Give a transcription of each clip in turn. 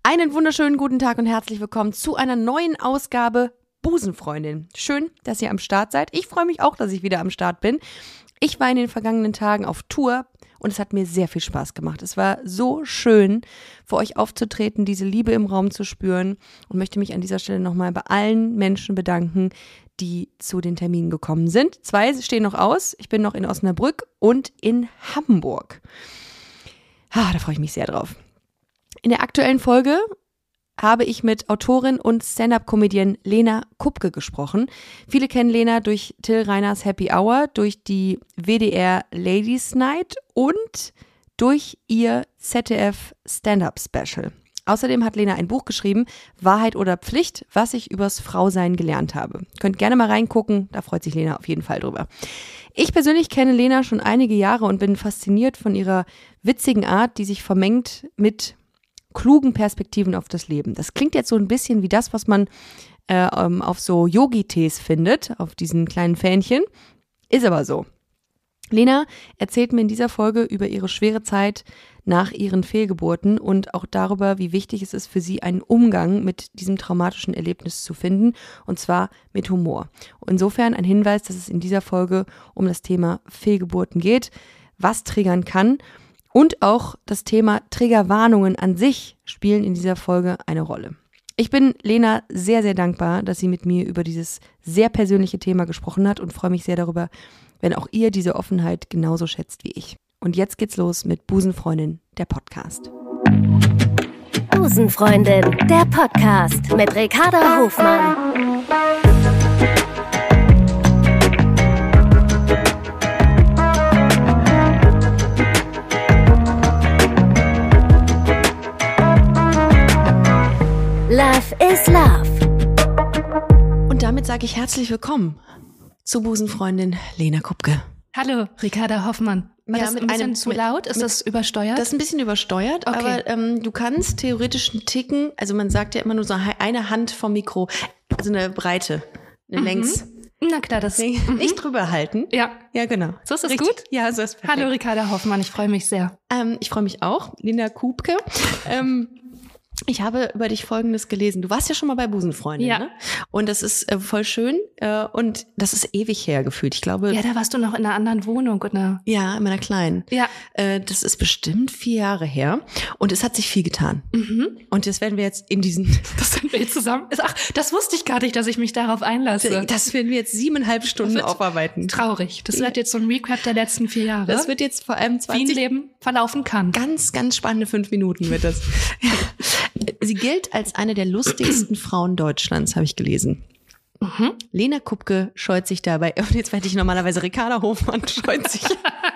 Einen wunderschönen guten Tag und herzlich willkommen zu einer neuen Ausgabe Busenfreundin. Schön, dass ihr am Start seid. Ich freue mich auch, dass ich wieder am Start bin. Ich war in den vergangenen Tagen auf Tour und es hat mir sehr viel Spaß gemacht. Es war so schön, für euch aufzutreten, diese Liebe im Raum zu spüren und möchte mich an dieser Stelle nochmal bei allen Menschen bedanken, die zu den Terminen gekommen sind. 2 stehen noch aus. Ich bin noch in Osnabrück und in Hamburg. Da freue ich mich sehr drauf. In der aktuellen Folge habe ich mit Autorin und Stand-Up-Comedian Lena Kupke gesprochen. Viele kennen Lena durch Till Reiners Happy Hour, durch die WDR Ladies Night und durch ihr ZDF Stand-Up-Special. Außerdem hat Lena ein Buch geschrieben, Wahrheit oder Pflicht, was ich übers Frausein gelernt habe. Könnt gerne mal reingucken, da freut sich Lena auf jeden Fall drüber. Ich persönlich kenne Lena schon einige Jahre und bin fasziniert von ihrer witzigen Art, die sich vermengt mit klugen Perspektiven auf das Leben. Das klingt jetzt so ein bisschen wie das, was man auf so Yogi-Tees findet, auf diesen kleinen Fähnchen. Ist aber so. Lena erzählt mir in dieser Folge über ihre schwere Zeit nach ihren Fehlgeburten und auch darüber, wie wichtig es ist für sie, einen Umgang mit diesem traumatischen Erlebnis zu finden, und zwar mit Humor. Insofern ein Hinweis, dass es in dieser Folge um das Thema Fehlgeburten geht, was triggern kann. Und auch das Thema Triggerwarnungen an sich spielen in dieser Folge eine Rolle. Ich bin Lena sehr, sehr dankbar, dass sie mit mir über dieses sehr persönliche Thema gesprochen hat und freue mich sehr darüber, wenn auch ihr diese Offenheit genauso schätzt wie ich. Und jetzt geht's los mit Busenfreundin, der Podcast. Busenfreundin, der Podcast mit Ricarda Hofmann. Love is Love. Und damit sage ich herzlich willkommen zu Busenfreundin Lena Kupke. Hallo, Ricarda Hoffmann. War das ein bisschen zu laut? Ist das übersteuert? Das ist ein bisschen übersteuert, okay. Aber du kannst theoretisch einen Ticken, also man sagt ja immer nur so eine Hand vom Mikro, also eine Breite, eine Längs. Na klar, das nicht drüber halten. Ja. Ja, genau. So ist das richtig gut? Ja, so ist perfekt. Hallo, Ricarda Hoffmann, ich freue mich sehr. Ich freue mich auch, Lena Kupke. Ich habe über dich Folgendes gelesen. Du warst ja schon mal bei Busenfreundin, ja. Ne? Und das ist voll schön und das ist ewig her gefühlt. Ich glaube. Ja, da warst du noch in einer anderen Wohnung, oder? Ja, in meiner kleinen. Ja. Das ist bestimmt 4 Jahre her und es hat sich viel getan. Und das werden wir jetzt in diesen. Das sind wir jetzt zusammen. Ach, das wusste ich gar nicht, dass ich mich darauf einlasse. Das werden wir jetzt 7,5 Stunden aufarbeiten. Traurig. Das wird jetzt so ein Recap der letzten 4 Jahre. Das wird jetzt vor allem 20. Wie ein Leben verlaufen kann. Ganz, ganz spannende 5 Minuten wird das. Sie gilt als eine der lustigsten Frauen Deutschlands, habe ich gelesen. Lena Kupke scheut sich dabei, und jetzt werde ich normalerweise Ricarda Hofmann scheut sich.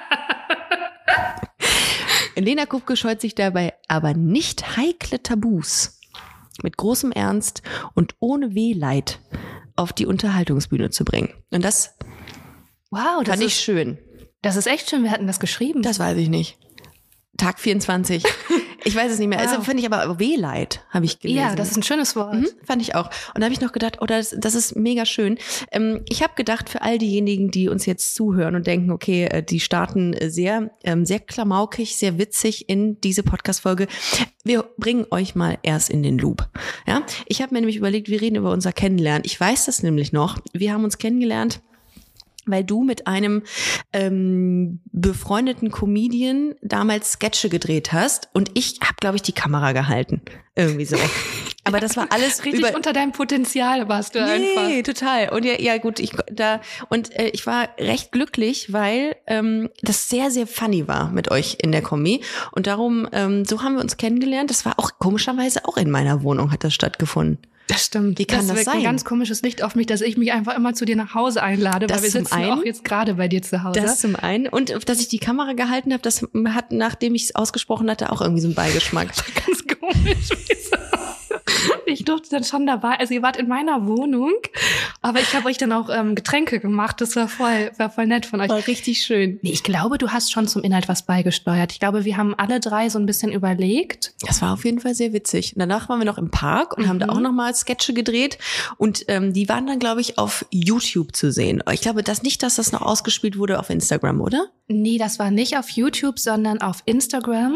Lena Kupke scheut sich dabei aber nicht heikle Tabus mit großem Ernst und ohne Wehleid auf die Unterhaltungsbühne zu bringen. Und das fand ich schön. Das ist echt schön, wir hatten das geschrieben. Das weiß ich nicht. Tag 24. Ich weiß es nicht mehr. Wow. Also finde ich aber Wehleid, habe ich gelesen. Ja, das ist ein schönes Wort. Fand ich auch. Und da habe ich noch gedacht, das ist mega schön. Ich habe gedacht, für all diejenigen, die uns jetzt zuhören und denken, okay, die starten sehr, sehr klamaukig, sehr witzig in diese Podcast-Folge. Wir bringen euch mal erst in den Loop. Ja? Ich habe mir nämlich überlegt, wir reden über unser Kennenlernen. Ich weiß das nämlich noch. Wir haben uns kennengelernt, weil du mit einem befreundeten Comedian damals Sketche gedreht hast und ich habe, glaube ich, die Kamera gehalten. Irgendwie so. Aber das war alles richtig unter deinem Potenzial warst du einfach. Nee, total. Und ja gut, ich war recht glücklich, weil das sehr, sehr funny war mit euch in der Kombi. Und darum, so haben wir uns kennengelernt. Das war auch komischerweise auch in meiner Wohnung hat das stattgefunden. Das stimmt. Wie kann das sein? Ein ganz komisches Licht auf mich, dass ich mich einfach immer zu dir nach Hause einlade, weil wir sitzen auch jetzt gerade bei dir zu Hause. Das zum einen. Und dass ich die Kamera gehalten habe, das hat, nachdem ich es ausgesprochen hatte, auch irgendwie so einen Beigeschmack. Ganz komisch. Ich durfte dann schon dabei, also ihr wart in meiner Wohnung, aber ich habe euch dann auch Getränke gemacht, das war voll nett von euch. War richtig schön. Nee, ich glaube, du hast schon zum Inhalt was beigesteuert. Ich glaube, wir haben alle 3 so ein bisschen überlegt. Das war auf jeden Fall sehr witzig. Und danach waren wir noch im Park und haben da auch nochmal Sketche gedreht und die waren dann, glaube ich, auf YouTube zu sehen. Ich glaube nicht, dass das noch ausgespielt wurde auf Instagram, oder? Nee, das war nicht auf YouTube, sondern auf Instagram.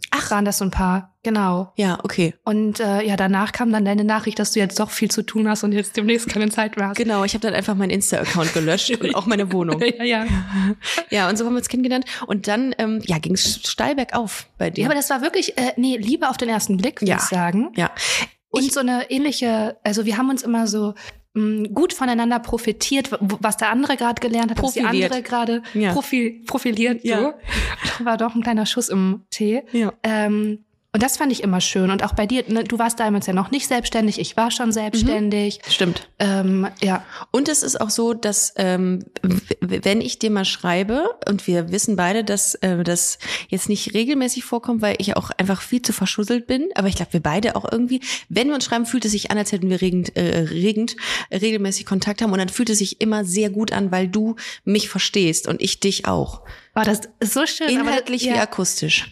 waren das so ein paar, genau. Ja, okay. Und danach kam dann deine Nachricht, dass du jetzt doch viel zu tun hast und jetzt demnächst keine Zeit mehr hast. Genau, ich habe dann einfach meinen Insta-Account gelöscht und auch meine Wohnung. Ja. Ja, und so haben wir uns kennengelernt. Und dann ging es steil bergauf bei dir. Ja, aber das war wirklich, Liebe auf den ersten Blick, würde ich sagen. Ja. Und so eine ähnliche, also wir haben uns immer so gut voneinander profitiert, was der andere gerade gelernt hat, was die andere gerade profiliert. Ja. So. Das war doch ein kleiner Schuss im Tee. Ja. Und das fand ich immer schön. Und auch bei dir, ne, du warst damals ja noch nicht selbstständig, ich war schon selbstständig. Stimmt. Ja. Und es ist auch so, dass wenn ich dir mal schreibe, und wir wissen beide, dass das jetzt nicht regelmäßig vorkommt, weil ich auch einfach viel zu verschusselt bin, aber ich glaube, wir beide auch irgendwie, wenn wir uns schreiben, fühlt es sich an, als hätten wir regelmäßig Kontakt haben, und dann fühlt es sich immer sehr gut an, weil du mich verstehst und ich dich auch. War das so schön. Inhaltlich wie akustisch.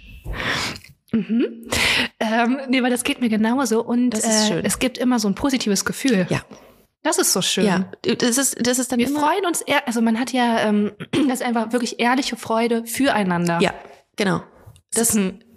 Mhm. Weil das geht mir genauso, und das ist schön. Es gibt immer so ein positives Gefühl. Ja. Das ist so schön. Ja, das ist dann wir immer. freuen uns, also man hat ja, das ist einfach wirklich ehrliche Freude füreinander. Ja, genau. Das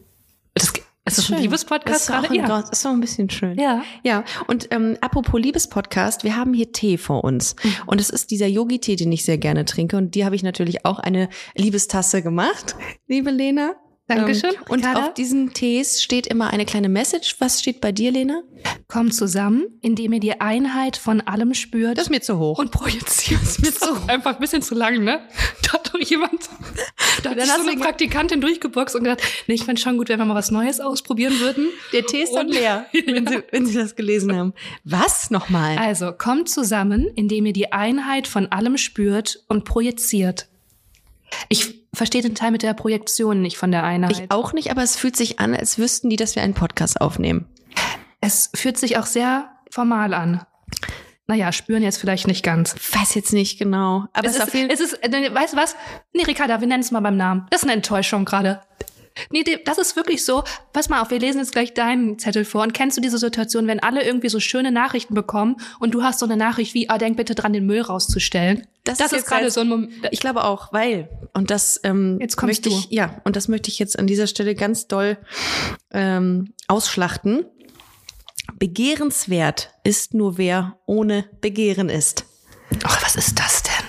ist ein Liebespodcast gerade. Ja. Das ist auch ein bisschen schön. Ja. Ja. Und apropos Liebespodcast, wir haben hier Tee vor uns. Und es ist dieser Yogi-Tee, den ich sehr gerne trinke. Und dir habe ich natürlich auch eine Liebestasse gemacht, liebe Lena. Dankeschön. Und auf diesen Tees steht immer eine kleine Message. Was steht bei dir, Lena? Kommt zusammen, indem ihr die Einheit von allem spürt. Das ist mir zu hoch. Und projiziert. Das ist mir zu hoch. Einfach ein bisschen zu lang, ne? Da hat doch jemand, da hat sich so eine Praktikantin durchgeboxt und gedacht, nee, ich fände schon gut, wenn wir mal was Neues ausprobieren würden. Der Tee ist dann leer, wenn Sie das gelesen haben. Was? Nochmal? Also, kommt zusammen, indem ihr die Einheit von allem spürt und projiziert. Ich verstehe den Teil mit der Projektion nicht von der Einheit. Ich auch nicht, aber es fühlt sich an, als wüssten die, dass wir einen Podcast aufnehmen. Es fühlt sich auch sehr formal an. Naja, spüren jetzt vielleicht nicht ganz. Weiß jetzt nicht genau. Aber es ist, weißt du was? Nee, Ricarda, wir nennen es mal beim Namen. Das ist eine Enttäuschung gerade. Nee, das ist wirklich so. Pass mal auf, wir lesen jetzt gleich deinen Zettel vor. Und kennst du diese Situation, wenn alle irgendwie so schöne Nachrichten bekommen und du hast so eine Nachricht wie, denk bitte dran, den Müll rauszustellen? Das ist gerade so ein Moment. Ich glaube auch, weil, und das jetzt kommst möchte ich, ja, und das möchte ich jetzt an dieser Stelle ganz doll ausschlachten. Begehrenswert ist nur wer ohne Begehren ist. Ach, was ist das denn?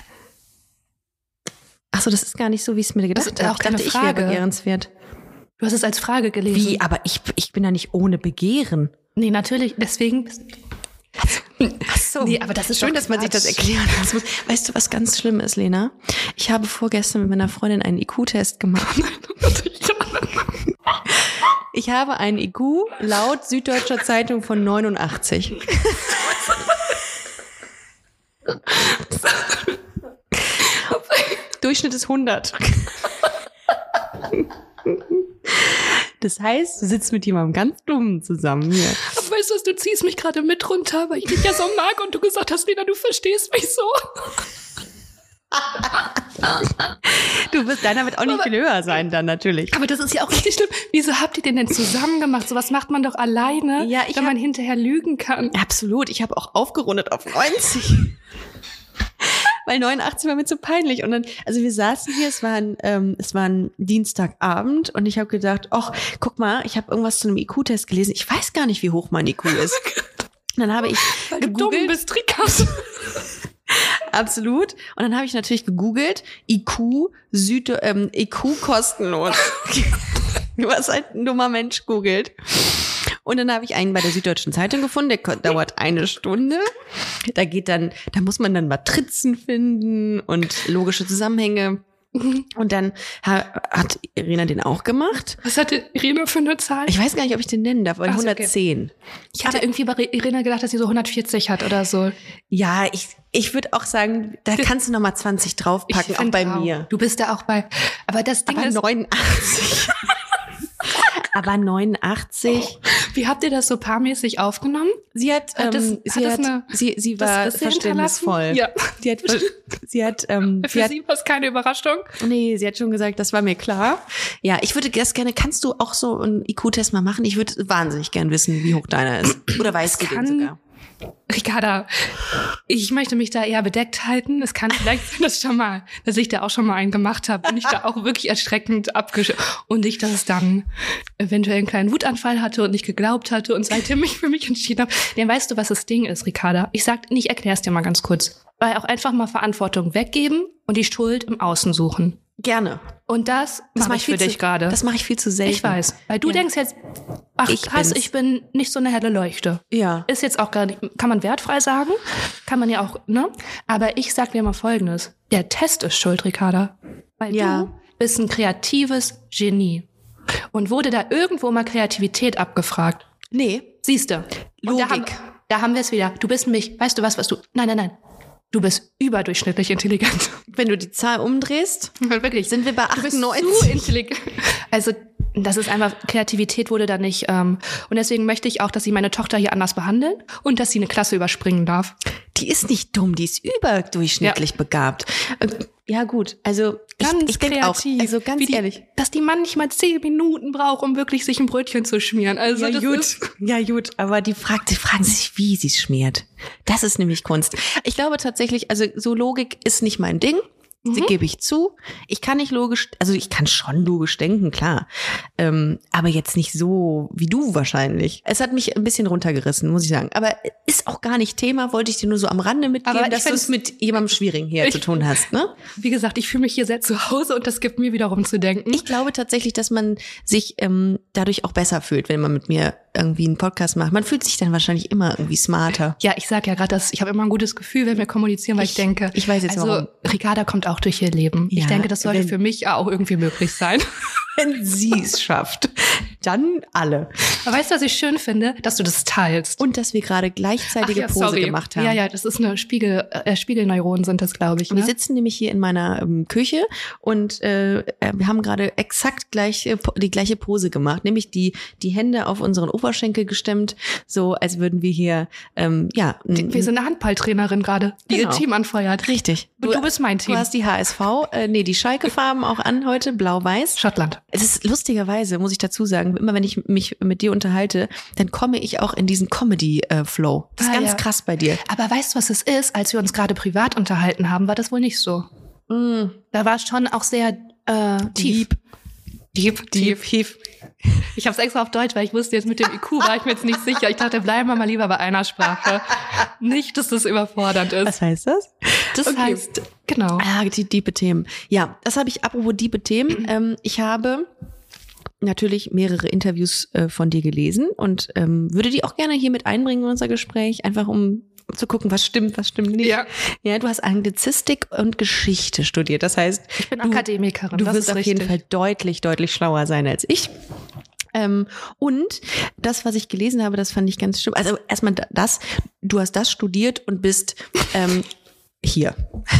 Ach so, das ist gar nicht so, wie ich es mir gedacht habe. Ich dachte, ich wäre begehrenswert. Du hast es als Frage gelesen. Wie? Aber ich bin ja nicht ohne Begehren. Nee, natürlich. Deswegen. Ach so. Nee, aber das ist schön, dass man sich das erklären muss. Weißt du, was ganz schlimm ist, Lena? Ich habe vorgestern mit meiner Freundin einen IQ-Test gemacht. Ich habe einen IQ laut Süddeutscher Zeitung von 89. Durchschnitt ist 100. Das heißt, du sitzt mit jemandem ganz Dummen zusammen hier. Aber weißt du was, du ziehst mich gerade mit runter, weil ich dich ja so mag und du gesagt hast, Lena, du verstehst mich so. Deiner wird auch nicht viel höher sein dann natürlich. Aber das ist ja auch richtig schlimm. Wieso habt ihr den denn zusammen gemacht? Sowas macht man doch alleine, wenn man hinterher lügen kann. Absolut, ich habe auch aufgerundet auf 90. Weil 89 war mir zu peinlich. Und dann, also wir saßen hier, es war ein Dienstagabend und ich habe gedacht, ach, guck mal, ich habe irgendwas zu einem IQ-Test gelesen. Ich weiß gar nicht, wie hoch mein IQ ist. Und dann habe ich weil gegoogelt. Du dumm bist, Rikas. Absolut. Und dann habe ich natürlich gegoogelt, IQ kostenlos. Was halt ein dummer Mensch googelt. Und dann habe ich einen bei der Süddeutschen Zeitung gefunden, der dauert 1 Stunde. Da muss man dann Matrizen finden und logische Zusammenhänge. Und dann hat Irina den auch gemacht. Was hatte Irina für eine Zahl? Ich weiß gar nicht, ob ich den nennen darf, aber 110. Okay. Ich hatte irgendwie bei Irina gedacht, dass sie so 140 hat oder so. Ja, ich würde auch sagen, da kannst du noch mal 20 draufpacken, auch bei mir. Du bist da auch bei, aber das Ding ist 89. Aber 89. Wie habt ihr das so paarmäßig aufgenommen? Sie war verständnisvoll. Ja. Sie hat war es keine Überraschung? Nee, sie hat schon gesagt, das war mir klar. Ja, ich würde das gerne, kannst du auch so einen IQ-Test mal machen? Ich würde wahnsinnig gern wissen, wie hoch deiner ist. Oder weißt du den sogar? Ricarda, ich möchte mich da eher bedeckt halten. Es kann vielleicht sein, dass ich da auch schon mal einen gemacht habe und ich da auch wirklich erschreckend und ich, dass es dann eventuell einen kleinen Wutanfall hatte und nicht geglaubt hatte und seitdem mich für mich entschieden habe. Denn weißt du, was das Ding ist, Ricarda? Ich erklär's dir mal ganz kurz. Weil auch einfach mal Verantwortung weggeben und die Schuld im Außen suchen. Gerne. Und das mache ich für dich gerade. Das mache ich viel zu selten. Ich weiß. Weil du denkst jetzt, ich bin nicht so eine helle Leuchte. Ja. Ist jetzt auch gar nicht, kann man wertfrei sagen. Kann man ja auch, ne? Aber ich sag dir mal Folgendes. Der Test ist schuld, Ricarda. Weil du bist ein kreatives Genie. Und wurde da irgendwo mal Kreativität abgefragt? Nee. Siehste. Logik. Da haben wir es wieder. Du bist nämlich, weißt du was du, nein. Du bist überdurchschnittlich intelligent. Wenn du die Zahl umdrehst, wirklich, sind wir bei 98. Du bist zu intelligent. Also das ist einfach, Kreativität wurde da nicht. Und deswegen möchte ich auch, dass sie meine Tochter hier anders behandeln und dass sie eine Klasse überspringen darf. Die ist nicht dumm, die ist überdurchschnittlich begabt. Ja gut, also ich denke auch, also ganz ehrlich. Dass die manchmal 10 Minuten braucht, um wirklich sich ein Brötchen zu schmieren. Also ja gut, aber die fragen sich, wie sie es schmiert. Das ist nämlich Kunst. Ich glaube tatsächlich, also so Logik ist nicht mein Ding. Gebe ich zu. Ich kann nicht logisch, also ich kann schon logisch denken, klar. Aber jetzt nicht so wie du wahrscheinlich. Es hat mich ein bisschen runtergerissen, muss ich sagen. Aber ist auch gar nicht Thema, wollte ich dir nur so am Rande mitgeben, dass du es mit jemandem Schwierigen hier zu tun hast, ne? Wie gesagt, ich fühle mich hier sehr zu Hause und das gibt mir wiederum zu denken. Ich glaube tatsächlich, dass man sich dadurch auch besser fühlt, wenn man mit mir irgendwie einen Podcast macht. Man fühlt sich dann wahrscheinlich immer irgendwie smarter. Ja, ich sag ja gerade, ich habe immer ein gutes Gefühl, wenn wir kommunizieren, weil ich denke, ich weiß jetzt warum. Ricarda kommt auch durch ihr Leben. Ja, ich denke, das sollte für mich auch irgendwie möglich sein. Wenn sie es schafft, dann alle. Aber weißt du, was ich schön finde? Dass du das teilst. Und dass wir gerade gleichzeitige Pose gemacht haben. Ja, das ist eine Spiegelneuronen sind das, glaube ich. Ne? Wir sitzen nämlich hier in meiner Küche und wir haben gerade exakt die gleiche Pose gemacht. Nämlich die Hände auf unseren Oberschenkel gestemmt, so als würden wir hier, wir sind eine Handballtrainerin gerade, die ihr Team anfeuert. Richtig. Du bist mein Team. Du hast die HSV, die Schalke-Farben auch an heute, blau-weiß. Schottland. Es ist lustigerweise, muss ich dazu sagen, immer wenn ich mich mit dir unterhalte, dann komme ich auch in diesen Comedy-Flow. Das ist ganz krass bei dir. Aber weißt du, was es ist? Als wir uns gerade privat unterhalten haben, war das wohl nicht so. Da war es schon auch sehr tief. Tief. Ich habe es extra auf Deutsch, weil ich wusste jetzt mit dem IQ war ich mir jetzt nicht sicher. Ich dachte, bleiben wir mal lieber bei einer Sprache. Nicht, dass das überfordernd ist. Was heißt das? Das heißt, genau. Die diepe Themen. Ja, das habe ich, apropos diepe Themen. Ich habe natürlich mehrere Interviews von dir gelesen und würde die auch gerne hier mit einbringen in unser Gespräch, einfach um zu gucken, was stimmt nicht. Ja, du hast Anglizistik und Geschichte studiert. Das heißt, ich bin Akademikerin. Du wirst auf jeden Fall deutlich schlauer sein als ich. Und das, was ich gelesen habe, das fand ich ganz schlimm. Also erstmal du hast das studiert und bist hier.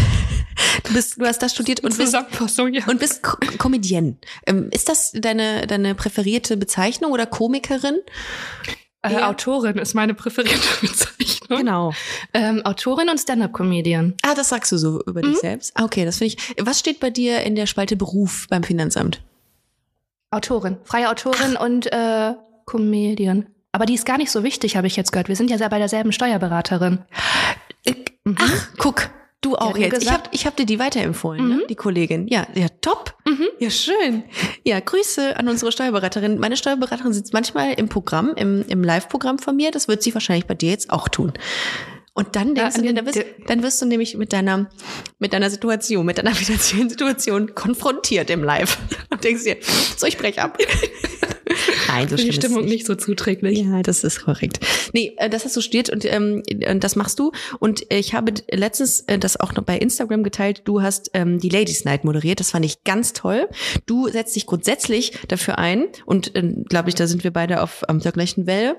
Du hast das studiert und bist Comedienne. Ist das deine präferierte Bezeichnung oder Komikerin? Autorin ist meine präferierte Bezeichnung. Genau. Autorin und Stand-up-Comedian. Das sagst du so über dich selbst? Okay, das finde ich. Was steht bei dir in der Spalte Beruf beim Finanzamt? Autorin. Freie Autorin und Comedian. Aber die ist gar nicht so wichtig, habe ich jetzt gehört. Wir sind ja bei derselben Steuerberaterin. Ach, guck. Du auch jetzt. Ich hab dir die weiterempfohlen, ne? Die Kollegin. Ja, top. Ja, schön. Ja, Grüße an unsere Steuerberaterin. Meine Steuerberaterin sitzt manchmal im Programm, im Live-Programm von mir. Das wird sie wahrscheinlich bei dir jetzt auch tun. Und dann denkst dann wirst du nämlich mit deiner Situation, mit deiner finanziellen Situation konfrontiert im Live. Und denkst dir, so, ich brech ab. Nein, so die Stimmung nicht so zuträglich. Ja, das ist korrekt. Nee, das hast du studiert und das machst du. Und ich habe letztens das auch noch bei Instagram geteilt. Du hast die Ladies Night moderiert. Das fand ich ganz toll. Du setzt dich grundsätzlich dafür ein und glaube ich, da sind wir beide auf der gleichen Welle,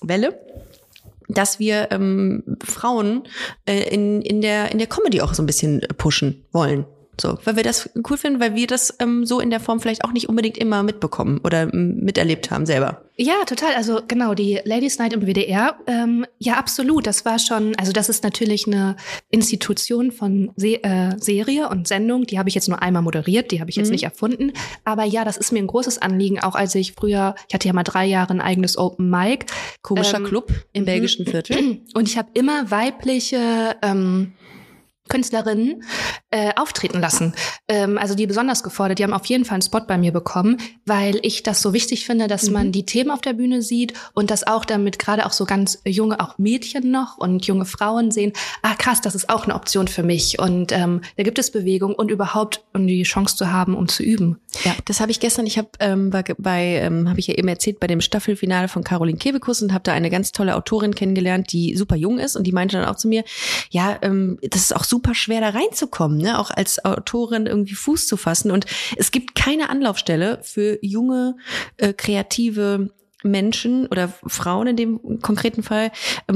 dass wir Frauen in der Comedy auch so ein bisschen pushen wollen. So, weil wir das cool finden, weil wir das so in der Form vielleicht auch nicht unbedingt immer mitbekommen oder miterlebt haben selber. Ja, total. Also genau, die Ladies Night im WDR, ja absolut. Das war schon, also das ist natürlich eine Institution von Serie und Sendung. Die habe ich jetzt nur einmal moderiert, die habe ich jetzt nicht erfunden. Aber ja, das ist mir ein großes Anliegen, auch als ich hatte ja mal 3 Jahre ein eigenes Open Mic. Komischer Club im belgischen Viertel. Und ich habe immer weibliche Künstlerinnen auftreten lassen. Also die besonders gefordert, die haben auf jeden Fall einen Spot bei mir bekommen, weil ich das so wichtig finde, dass man die Themen auf der Bühne sieht und dass auch damit gerade auch so ganz junge, auch Mädchen noch und junge Frauen sehen, krass, das ist auch eine Option für mich und da gibt es Bewegung und überhaupt um die Chance zu haben, um zu üben. Ja, das habe ich gestern, habe ich ja eben erzählt, bei dem Staffelfinale von Caroline Kebekus und habe da eine ganz tolle Autorin kennengelernt, die super jung ist und die meinte dann auch zu mir, ja, das ist auch super schwer da reinzukommen, ne? Auch als Autorin irgendwie Fuß zu fassen und es gibt keine Anlaufstelle für junge, kreative Menschen oder Frauen in dem konkreten Fall,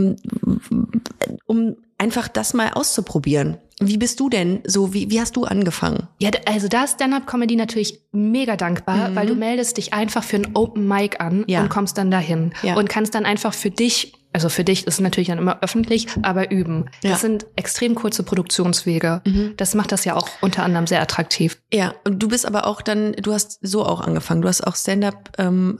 um einfach das mal auszuprobieren. Wie bist du denn so, wie hast du angefangen? Ja, also da ist Stand-Up-Comedy natürlich mega dankbar, weil du meldest dich einfach für ein Open Mic an und kommst dann dahin und kannst dann einfach für dich, also für dich ist es natürlich dann immer öffentlich, aber üben. Das sind extrem kurze Produktionswege. Das macht das ja auch unter anderem sehr attraktiv. Ja, und du bist aber auch dann, du hast so auch angefangen. Du hast auch Stand-Up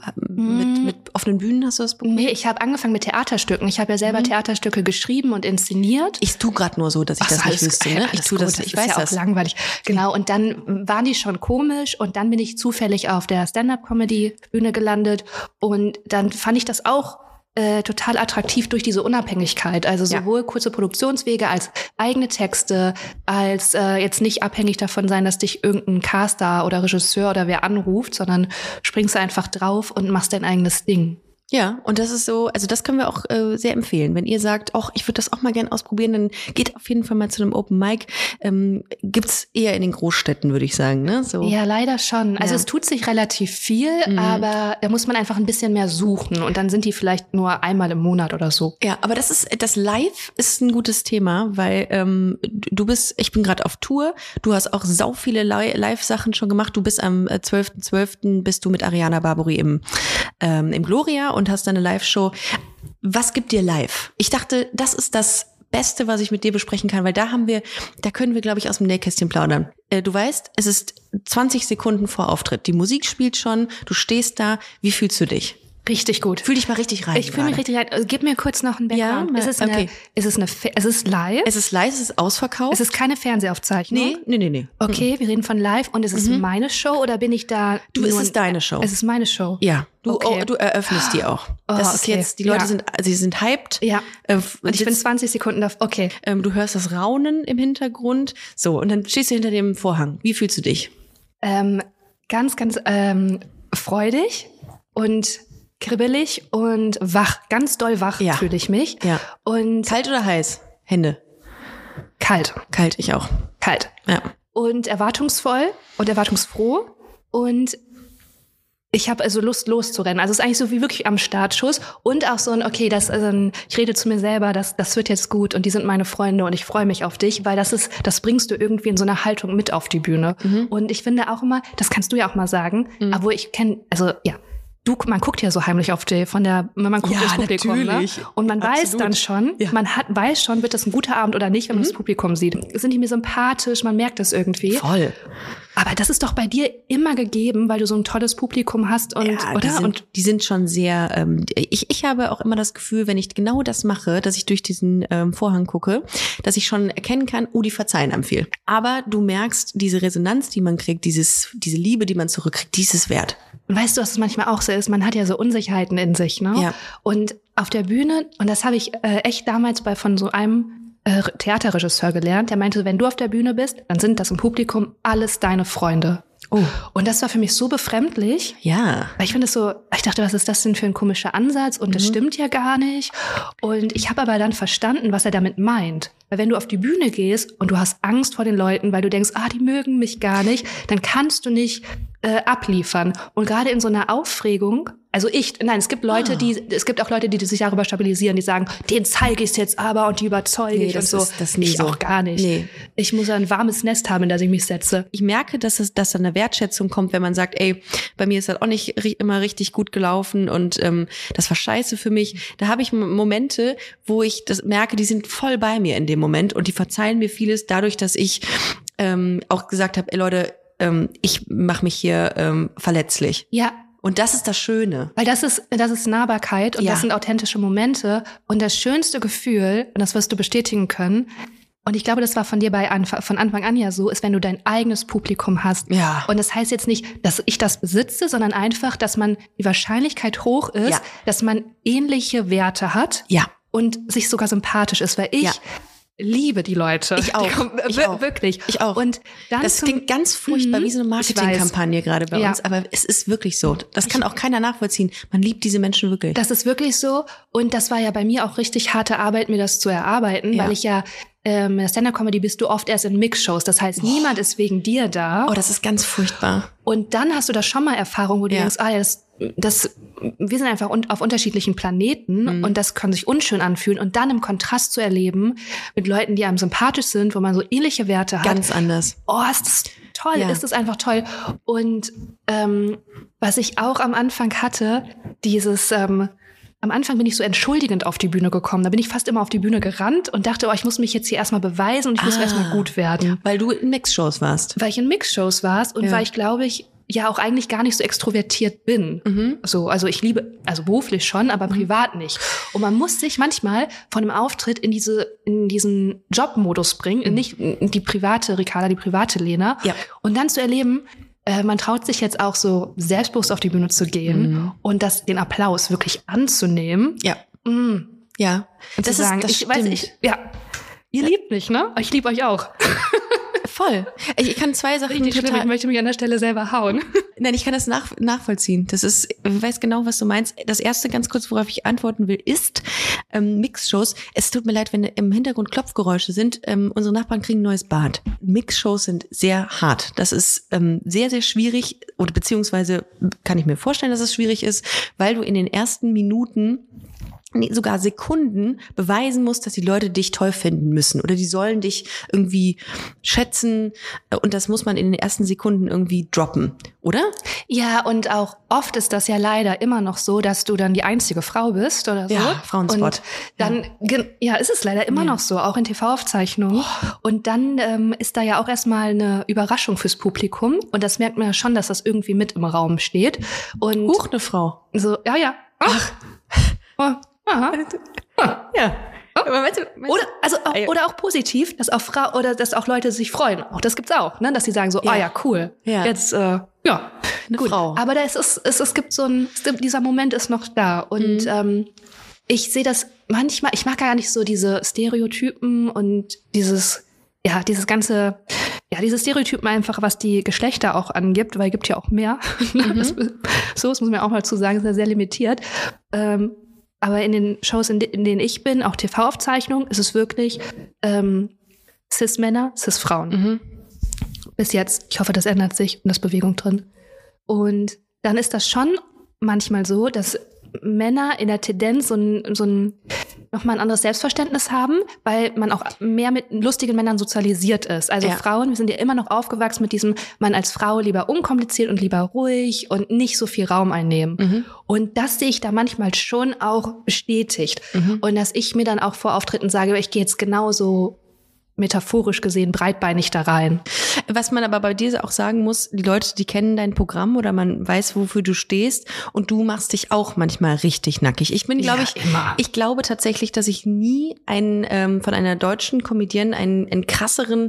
mit offenen Bühnen, hast du das bekommen? Nee, ich habe angefangen mit Theaterstücken. Ich habe ja selber Theaterstücke geschrieben und inszeniert. Ich tue gerade nur so, dass ich das nicht wüsste. Ne? Ich tue das, ich weiß das. Das ist ja auch langweilig. Genau, und dann waren die schon komisch und dann bin ich zufällig auf der Stand-Up-Comedy-Bühne gelandet und dann fand ich das auch total attraktiv durch diese Unabhängigkeit. Also sowohl kurze Produktionswege als eigene Texte, als jetzt nicht abhängig davon sein, dass dich irgendein Caster oder Regisseur oder wer anruft, sondern springst du einfach drauf und machst dein eigenes Ding. Ja, und das ist so, also das können wir auch sehr empfehlen. Wenn ihr sagt, ich würde das auch mal gerne ausprobieren, dann geht auf jeden Fall mal zu einem Open Mic. Gibt's eher in den Großstädten, würde ich sagen, ne? So. Ja, leider schon. Also es tut sich relativ viel, aber da muss man einfach ein bisschen mehr suchen und dann sind die vielleicht nur einmal im Monat oder so. Ja, aber das Live ist ein gutes Thema, weil ich bin gerade auf Tour, du hast auch sau viele Live-Sachen schon gemacht. Du bist am 12.12. bist du mit Ariana Barbori im Gloria und hast eine Live-Show. Was gibt dir live? Ich dachte, das ist das Beste, was ich mit dir besprechen kann, weil da können wir, glaube ich, aus dem Nähkästchen plaudern. Du weißt, es ist 20 Sekunden vor Auftritt. Die Musik spielt schon, du stehst da. Wie fühlst du dich? Richtig gut. Fühl dich mal richtig rein. Ich fühle mich richtig rein. Gib mir kurz noch einen Background. Ja, es ist live. Es ist live, es ist ausverkauft. Es ist keine Fernsehaufzeichnung. Nee. Okay, wir reden von live und es ist meine Show oder bin ich da? Es ist deine Show. Es ist meine Show. Ja. Du eröffnest die auch. Das ist jetzt, die Leute sind hyped. Ja. Und ich bin 20 Sekunden da. Okay. Du hörst das Raunen im Hintergrund. So, und dann stehst du hinter dem Vorhang. Wie fühlst du dich? Ganz, ganz freudig und kribbelig und wach, ganz doll wach fühle ich mich. Ja. Und kalt oder heiß? Hände? Kalt. Kalt, ich auch. Kalt. Ja. Und erwartungsvoll und erwartungsfroh und ich habe also Lust loszurennen. Also es ist eigentlich so wie wirklich am Startschuss und auch so ein, okay, ich rede zu mir selber, das wird jetzt gut und die sind meine Freunde und ich freue mich auf dich, weil das bringst du irgendwie in so einer Haltung mit auf die Bühne. Und ich finde auch immer, das kannst du ja auch mal sagen, obwohl ich kenne, also ja, man guckt ja so heimlich auf man guckt ins Publikum, natürlich. Ne? Und man weiß dann schon, weiß schon, wird das ein guter Abend oder nicht, wenn man das Publikum sieht. Sind die mir sympathisch, man merkt das irgendwie. Voll. Aber das ist doch bei dir immer gegeben, weil du so ein tolles Publikum hast und, oder? Die sind schon sehr, ich habe auch immer das Gefühl, wenn ich genau das mache, dass ich durch diesen Vorhang gucke, dass ich schon erkennen kann, die verzeihen einem viel. Aber du merkst, diese Resonanz, die man kriegt, diese Liebe, die man zurückkriegt, die ist es wert. Und weißt du, was es manchmal auch so ist? Man hat ja so Unsicherheiten in sich, ne? Ja. Und auf der Bühne, und das habe ich echt damals von so einem Theaterregisseur gelernt, der meinte, wenn du auf der Bühne bist, dann sind das im Publikum alles deine Freunde. Oh. Und das war für mich so befremdlich. Ja. Weil ich dachte, was ist das denn für ein komischer Ansatz? Und das stimmt ja gar nicht. Und ich habe aber dann verstanden, was er damit meint. Weil wenn du auf die Bühne gehst und du hast Angst vor den Leuten, weil du denkst, die mögen mich gar nicht, dann kannst du nicht abliefern. Und gerade in so einer Aufregung Also es gibt Leute, es gibt auch Leute, die sich darüber stabilisieren, die sagen, den zeige ich es jetzt aber und die überzeuge ich und so. Das nie ich so. Auch gar nicht. Nee. Ich muss ein warmes Nest haben, in das ich mich setze. Ich merke, dass da eine Wertschätzung kommt, wenn man sagt, ey, bei mir ist das auch nicht immer richtig gut gelaufen und das war scheiße für mich. Da habe ich Momente, wo ich das merke, die sind voll bei mir in dem Moment und die verzeihen mir vieles dadurch, dass ich auch gesagt habe, ey Leute, ich mache mich hier verletzlich. Ja. Und das ist das Schöne. Weil das ist Nahbarkeit und das sind authentische Momente. Und das schönste Gefühl, und das wirst du bestätigen können, und ich glaube, das war von dir von Anfang an ja so, ist, wenn du dein eigenes Publikum hast. Ja. Und das heißt jetzt nicht, dass ich das besitze, sondern einfach, dass man die Wahrscheinlichkeit hoch ist, dass man ähnliche Werte hat und sich sogar sympathisch ist. Weil ich liebe die Leute. Ich auch. Wirklich. Ich auch. Und dann das klingt ganz furchtbar wie so eine Marketingkampagne gerade bei uns, aber es ist wirklich so. Das kann auch keiner nachvollziehen. Man liebt diese Menschen wirklich. Das ist wirklich so. Und das war ja bei mir auch richtig harte Arbeit, mir das zu erarbeiten, weil ich in der Stand-Up-Comedy bist du oft erst in Mixshows. Das heißt, niemand ist wegen dir da. Oh, das ist ganz furchtbar. Und dann hast du da schon mal Erfahrung, wo du denkst, wir sind einfach auf unterschiedlichen Planeten und das kann sich unschön anfühlen. Und dann im Kontrast zu erleben mit Leuten, die einem sympathisch sind, wo man so ähnliche Werte hat. Ganz anders. Oh, ist das toll, ist das einfach toll. Und was ich auch am Anfang hatte, am Anfang bin ich so entschuldigend auf die Bühne gekommen. Da bin ich fast immer auf die Bühne gerannt und dachte, ich muss mich jetzt hier erstmal beweisen und ich muss erstmal gut werden. Weil du in Mixshows warst. Weil ich in Mixshows warst und weil ich, glaube ich, ja auch eigentlich gar nicht so extrovertiert bin. So, also ich liebe, also beruflich schon, aber privat nicht. Und man muss sich manchmal von einem Auftritt in diesen Jobmodus bringen, nicht die private Ricarda, die private Lena. Ja. Und dann zu erleben, man traut sich jetzt auch so selbstbewusst auf die Bühne zu gehen und den Applaus wirklich anzunehmen. Ja. Ja. Und zu sagen, ihr liebt mich, ne? Ich liebe euch auch. Voll. Ich kann zwei Sachen richtig schlimm. Ich möchte mich an der Stelle selber hauen. Nein, ich kann das nachvollziehen. Ich weiß genau, was du meinst. Das erste, ganz kurz, worauf ich antworten will, ist Mixshows. Es tut mir leid, wenn im Hintergrund Klopfgeräusche sind. Unsere Nachbarn kriegen ein neues Bad. Mixshows sind sehr hart. Das ist sehr, sehr schwierig oder beziehungsweise kann ich mir vorstellen, dass es schwierig ist, weil du in den ersten Minuten sogar Sekunden beweisen musst, dass die Leute dich toll finden müssen oder die sollen dich irgendwie schätzen und das muss man in den ersten Sekunden irgendwie droppen, oder? Ja, und auch oft ist das ja leider immer noch so, dass du dann die einzige Frau bist oder so. Ja, Frauenspot. Und dann, ist es leider immer noch so, auch in TV-Aufzeichnungen. Und dann ist da ja auch erstmal eine Überraschung fürs Publikum und das merkt man ja schon, dass das irgendwie mit im Raum steht. Und eine Frau. So, ja. Ach. Aha. Ja. Oder auch positiv, dass auch Leute sich freuen. Auch das gibt's auch, ne, dass sie sagen so, cool. Ja. Jetzt eine gut. Frau. Aber dieser Moment ist noch da und ich sehe das manchmal, ich mag gar nicht so diese Stereotypen und diese Stereotypen einfach, was die Geschlechter auch angibt, weil es gibt ja auch mehr. Das muss man auch mal zu sagen, ist ja sehr limitiert. Aber in den Shows, in denen ich bin, auch TV-Aufzeichnungen, ist es wirklich Cis-Männer, Cis-Frauen. Bis jetzt. Ich hoffe, das ändert sich und da ist Bewegung drin. Und dann ist das schon manchmal so, dass Männer in der Tendenz nochmal ein anderes Selbstverständnis haben, weil man auch mehr mit lustigen Männern sozialisiert ist. Also Frauen, wir sind ja immer noch aufgewachsen mit diesem, man als Frau lieber unkompliziert und lieber ruhig und nicht so viel Raum einnehmen. Und das sehe ich da manchmal schon auch bestätigt. Und dass ich mir dann auch vor Auftritten sage, ich gehe jetzt genauso metaphorisch gesehen breitbeinig da rein. Was man aber bei dir auch sagen muss, die Leute, die kennen dein Programm oder man weiß, wofür du stehst und du machst dich auch manchmal richtig nackig. Ich glaube tatsächlich, dass ich nie von einer deutschen Comedienne einen krasseren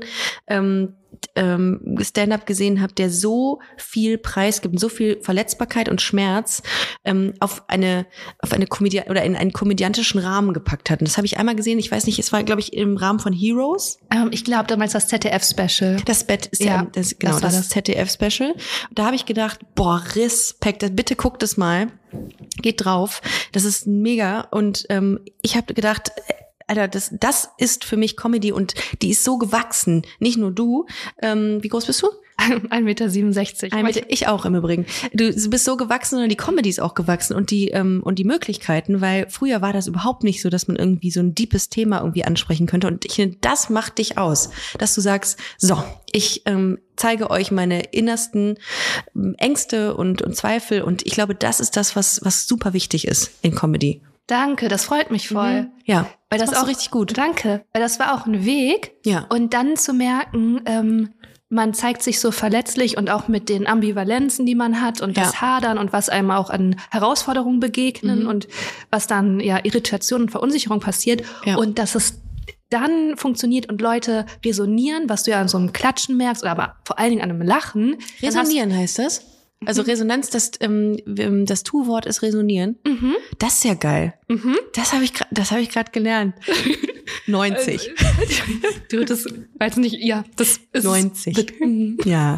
Stand-up gesehen habe, der so viel preisgibt, so viel Verletzbarkeit und Schmerz auf eine Komödie oder in einen komödiantischen Rahmen gepackt hat. Und das habe ich einmal gesehen, ich weiß nicht, es war, glaube ich, im Rahmen von Heroes. Ich glaube damals das ZDF-Special. Das Bett ist das ZDF-Special. Da habe ich gedacht, Respekt, bitte guckt es mal. Geht drauf. Das ist mega. Und ich habe gedacht, Alter, das ist für mich Comedy und die ist so gewachsen. Nicht nur du. Wie groß bist du? 1,67 Meter. Ich auch im Übrigen. Du bist so gewachsen und die Comedy ist auch gewachsen und die Möglichkeiten, weil früher war das überhaupt nicht so, dass man irgendwie so ein deepes Thema irgendwie ansprechen könnte. Und ich finde, das macht dich aus, dass du sagst, so, ich zeige euch meine innersten Ängste und Zweifel. Und ich glaube, das ist das, was super wichtig ist in Comedy. Danke, das freut mich voll. Ja, weil das auch richtig gut. Danke, weil das war auch ein Weg. Ja. Und dann zu merken, man zeigt sich so verletzlich und auch mit den Ambivalenzen, die man hat und das Hadern und was einem auch an Herausforderungen begegnen und was dann Irritation und Verunsicherung passiert und dass es dann funktioniert und Leute resonieren, was du ja an so einem Klatschen merkst, oder aber vor allen Dingen an einem Lachen. Resonieren heißt das? Also Resonanz, das Tu-Wort ist resonieren. Mhm. Das ist ja geil. Mhm. Das habe ich gerade gelernt. 90. Du, das weiß nicht, das ist 90. Ja.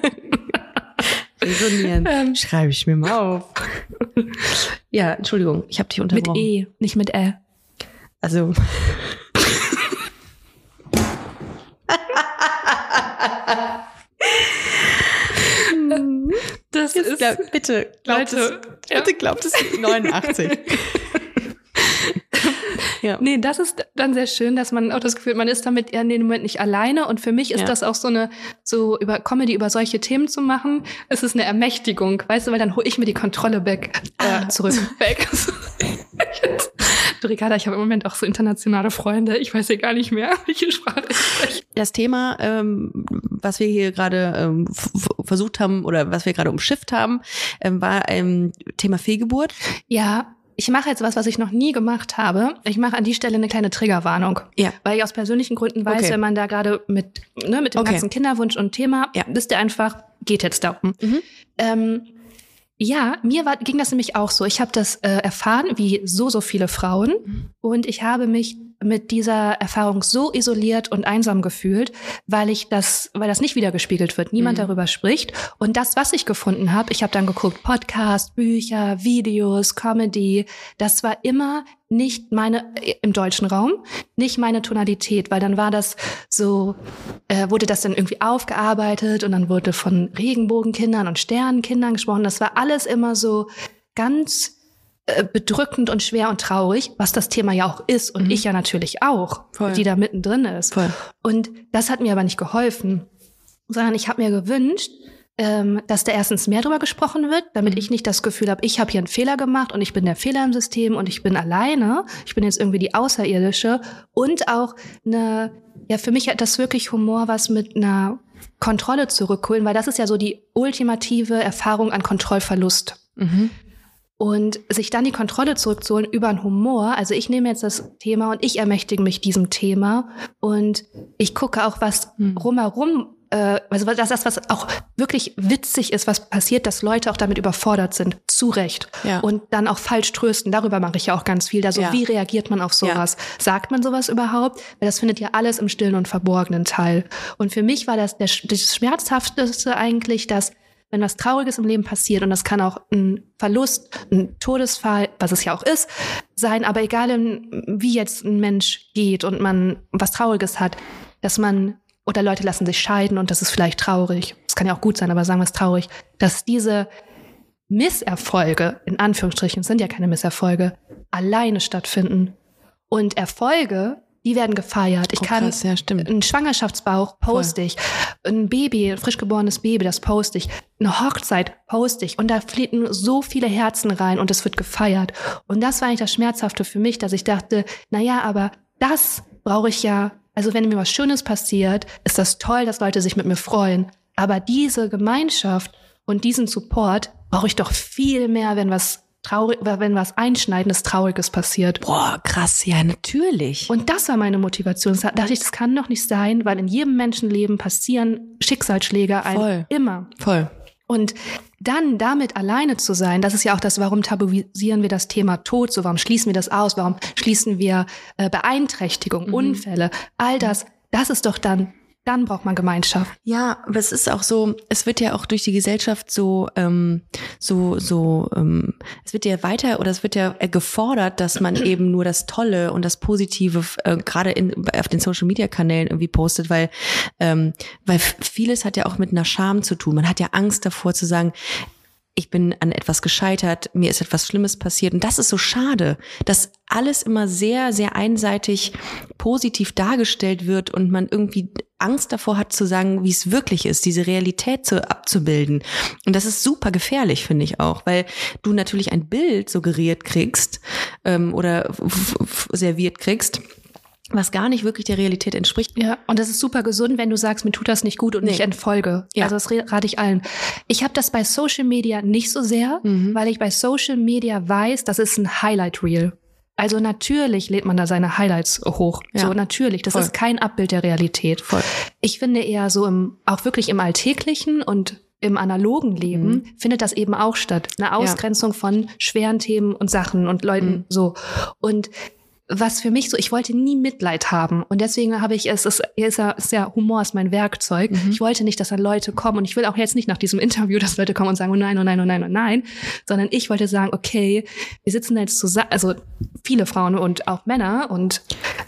Resonieren. Schreibe ich mir mal auf. Ja, Entschuldigung, ich habe dich unterbrochen. Mit E, nicht mit L. Also das ist bitte glaubt es 89. Ja. Nee, das ist dann sehr schön, dass man auch das Gefühl hat, man ist damit in dem Moment nicht alleine. Und für mich ist das auch so über Comedy, über solche Themen zu machen, es ist eine Ermächtigung, weißt du, weil dann hole ich mir die Kontrolle zurück. Du, Ricarda, ich habe im Moment auch so internationale Freunde. Ich weiß ja gar nicht mehr, welche Sprache ich spreche. Das Thema, was wir hier gerade versucht haben oder was wir gerade umschifft haben, war Thema Fehlgeburt. Ja. Ich mache jetzt was ich noch nie gemacht habe. Ich mache an die Stelle eine kleine Triggerwarnung. Ja. Weil ich aus persönlichen Gründen weiß, wenn man da gerade mit dem ganzen Kinderwunsch und Thema, wisst ihr einfach, geht jetzt darum. Mhm. Mir ging das nämlich auch so. Ich habe das erfahren, wie so viele Frauen. Und ich habe mich mit dieser Erfahrung so isoliert und einsam gefühlt, weil das nicht wiedergespiegelt wird. Niemand darüber spricht. Und das, was ich gefunden habe, ich habe dann geguckt, Podcast, Bücher, Videos, Comedy, das war immer nicht im deutschen Raum, nicht meine Tonalität, weil dann war das so, wurde das dann irgendwie aufgearbeitet und dann wurde von Regenbogenkindern und Sternenkindern gesprochen. Das war alles immer so ganz bedrückend und schwer und traurig, was das Thema ja auch ist und ich ja natürlich auch, die da mittendrin ist. Voll. Und das hat mir aber nicht geholfen, sondern ich habe mir gewünscht, dass da erstens mehr drüber gesprochen wird, damit ich nicht das Gefühl habe, ich habe hier einen Fehler gemacht und ich bin der Fehler im System und ich bin alleine, ich bin jetzt irgendwie die Außerirdische und auch für mich hat das wirklich Humor was mit einer Kontrolle zurückholen, weil das ist ja so die ultimative Erfahrung an Kontrollverlust. Mhm. Und sich dann die Kontrolle zurückzuholen über einen Humor, also ich nehme jetzt das Thema und ich ermächtige mich diesem Thema und ich gucke auch, was rumherum, also das, was auch wirklich witzig ist, was passiert, dass Leute auch damit überfordert sind, zu Recht. Ja. Und dann auch falsch trösten, darüber mache ich ja auch ganz viel. Also wie reagiert man auf sowas? Ja. Sagt man sowas überhaupt? Weil das findet ja alles im stillen und verborgenen Teil. Und für mich war das Schmerzhafteste eigentlich, dass wenn was Trauriges im Leben passiert, und das kann auch ein Verlust, ein Todesfall, was es ja auch ist, sein, aber egal wie jetzt ein Mensch geht und man was Trauriges hat, oder Leute lassen sich scheiden und das ist vielleicht traurig, das kann ja auch gut sein, aber sagen wir es traurig, dass diese Misserfolge, in Anführungsstrichen, sind ja keine Misserfolge, alleine stattfinden. Und Erfolge, die werden gefeiert. Ich kann einen Schwangerschaftsbauch poste ich, ein Baby, ein frisch geborenes Baby, das poste ich, eine Hochzeit poste ich und da fliegen so viele Herzen rein und es wird gefeiert. Und das war eigentlich das Schmerzhafte für mich, dass ich dachte, aber das brauche ich ja, also wenn mir was Schönes passiert, ist das toll, dass Leute sich mit mir freuen. Aber diese Gemeinschaft und diesen Support brauche ich doch viel mehr, wenn was Einschneidendes, Trauriges passiert. Boah, krass, ja, natürlich. Und das war meine Motivation. Da dachte ich, das kann doch nicht sein, weil in jedem Menschenleben passieren Schicksalsschläge immer. Voll. Und dann damit alleine zu sein, das ist ja auch das, warum tabuisieren wir das Thema Tod so, warum schließen wir das aus, warum schließen wir Beeinträchtigung, Unfälle, all das ist doch dann Dann braucht man Gemeinschaft. Ja, aber es ist auch so, es wird ja auch durch die Gesellschaft es wird ja weiter oder es wird ja gefordert, dass man eben nur das Tolle und das Positive gerade auf den Social-Media-Kanälen irgendwie postet, weil vieles hat ja auch mit einer Scham zu tun. Man hat ja Angst davor zu sagen, ich bin an etwas gescheitert, mir ist etwas Schlimmes passiert. Und das ist so schade, dass alles immer sehr, sehr einseitig positiv dargestellt wird und man irgendwie Angst davor hat zu sagen, wie es wirklich ist, diese Realität abzubilden. Und das ist super gefährlich, finde ich auch, weil du natürlich ein Bild suggeriert kriegst oder serviert kriegst, was gar nicht wirklich der Realität entspricht. Ja, und das ist super gesund, wenn du sagst, mir tut das nicht gut und ich entfolge. Ja. Also das rate ich allen. Ich habe das bei Social Media nicht so sehr, weil ich bei Social Media weiß, das ist ein Highlight Reel. Also natürlich lädt man da seine Highlights hoch. Ja. So natürlich, das ist kein Abbild der Realität. Voll. Ich finde eher so auch wirklich im Alltäglichen und im analogen Leben findet das eben auch statt. Eine Ausgrenzung von schweren Themen und Sachen und Leuten so. Und was für mich so, ich wollte nie Mitleid haben und deswegen habe ich Humor ist mein Werkzeug. Ich wollte nicht, dass dann Leute kommen und ich will auch jetzt nicht nach diesem Interview, dass Leute kommen und sagen, oh nein, oh nein, oh nein, oh nein, sondern ich wollte sagen, okay, wir sitzen da jetzt zusammen, also viele Frauen und auch Männer und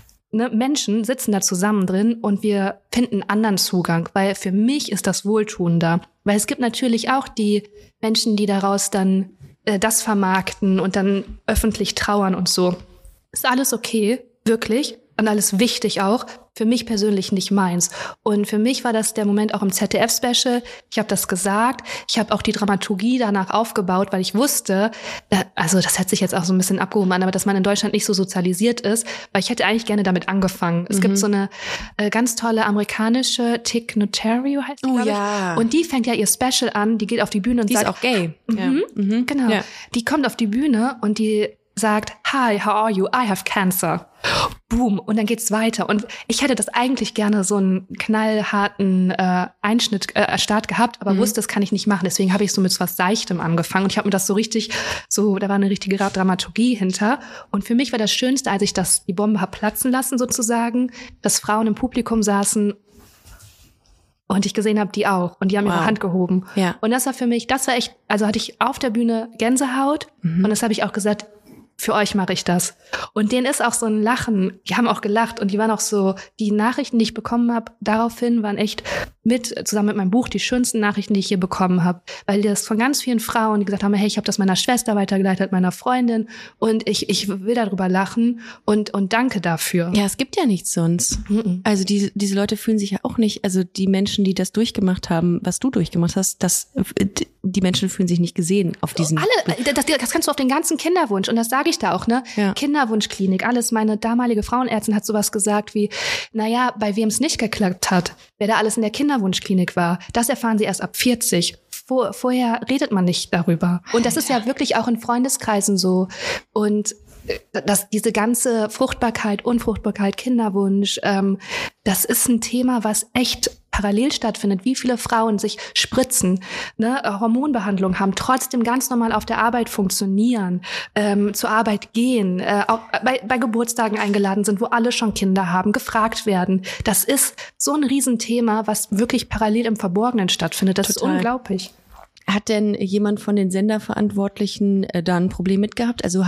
Menschen sitzen da zusammen drin und wir finden anderen Zugang, weil für mich ist das wohltuender, weil es gibt natürlich auch die Menschen, die daraus dann das vermarkten und dann öffentlich trauern und so. Ist alles okay, wirklich, und alles wichtig auch. Für mich persönlich nicht meins. Und für mich war das der Moment auch im ZDF-Special. Ich habe das gesagt. Ich habe auch die Dramaturgie danach aufgebaut, weil ich wusste, also das hört sich jetzt auch so ein bisschen abgehoben an, aber dass man in Deutschland nicht so sozialisiert ist, weil ich hätte eigentlich gerne damit angefangen. Es gibt so eine ganz tolle amerikanische Tig Notaro, heißt die, glaube ich. Und die fängt ja ihr Special an, die geht auf die Bühne und sagt... Die ist auch gay. Genau. Ja. Die kommt auf die Bühne und die sagt, hi, how are you? I have cancer. Boom. Und dann geht's weiter. Und ich hätte das eigentlich gerne so einen knallharten Start gehabt, aber wusste, das kann ich nicht machen. Deswegen habe ich so mit was Seichtem angefangen. Und ich habe mir das so richtig, da war eine richtige Dramaturgie hinter. Und für mich war das Schönste, als ich die Bombe habe platzen lassen sozusagen, dass Frauen im Publikum saßen und ich gesehen habe, die auch. Und die haben ihre Hand gehoben. Ja. Und das war für mich, das war echt, also hatte ich auf der Bühne Gänsehaut. Und das habe ich auch gesagt, für euch mache ich das. Und denen ist auch so ein Lachen, die haben auch gelacht und die waren auch so, die Nachrichten, die ich bekommen habe, daraufhin waren echt zusammen mit meinem Buch, die schönsten Nachrichten, die ich hier bekommen habe. Weil das von ganz vielen Frauen, die gesagt haben, hey, ich habe das meiner Schwester weitergeleitet, meiner Freundin und ich will darüber lachen und danke dafür. Ja, es gibt ja nichts sonst. Also diese Leute fühlen sich ja auch nicht, also die Menschen, die das durchgemacht haben, was du durchgemacht hast, die Menschen fühlen sich nicht gesehen auf diesen... Das kannst du auf den ganzen Kinderwunsch und das sage ich da auch, ne? Ja. Kinderwunschklinik, alles. Meine damalige Frauenärztin hat sowas gesagt wie, naja, bei wem es nicht geklappt hat, wer da alles in der Kinderwunschklinik war, das erfahren sie erst ab 40. Vorher redet man nicht darüber. Und das ist ja wirklich auch in Freundeskreisen so. Und diese ganze Fruchtbarkeit, Unfruchtbarkeit, Kinderwunsch, das ist ein Thema, was echt parallel stattfindet. Wie viele Frauen sich spritzen, Hormonbehandlung haben, trotzdem ganz normal auf der Arbeit funktionieren, zur Arbeit gehen, auch bei Geburtstagen eingeladen sind, wo alle schon Kinder haben, gefragt werden. Das ist so ein Riesenthema, was wirklich parallel im Verborgenen stattfindet. Das ist unglaublich. Hat denn jemand von den Senderverantwortlichen da ein Problem mit gehabt? Also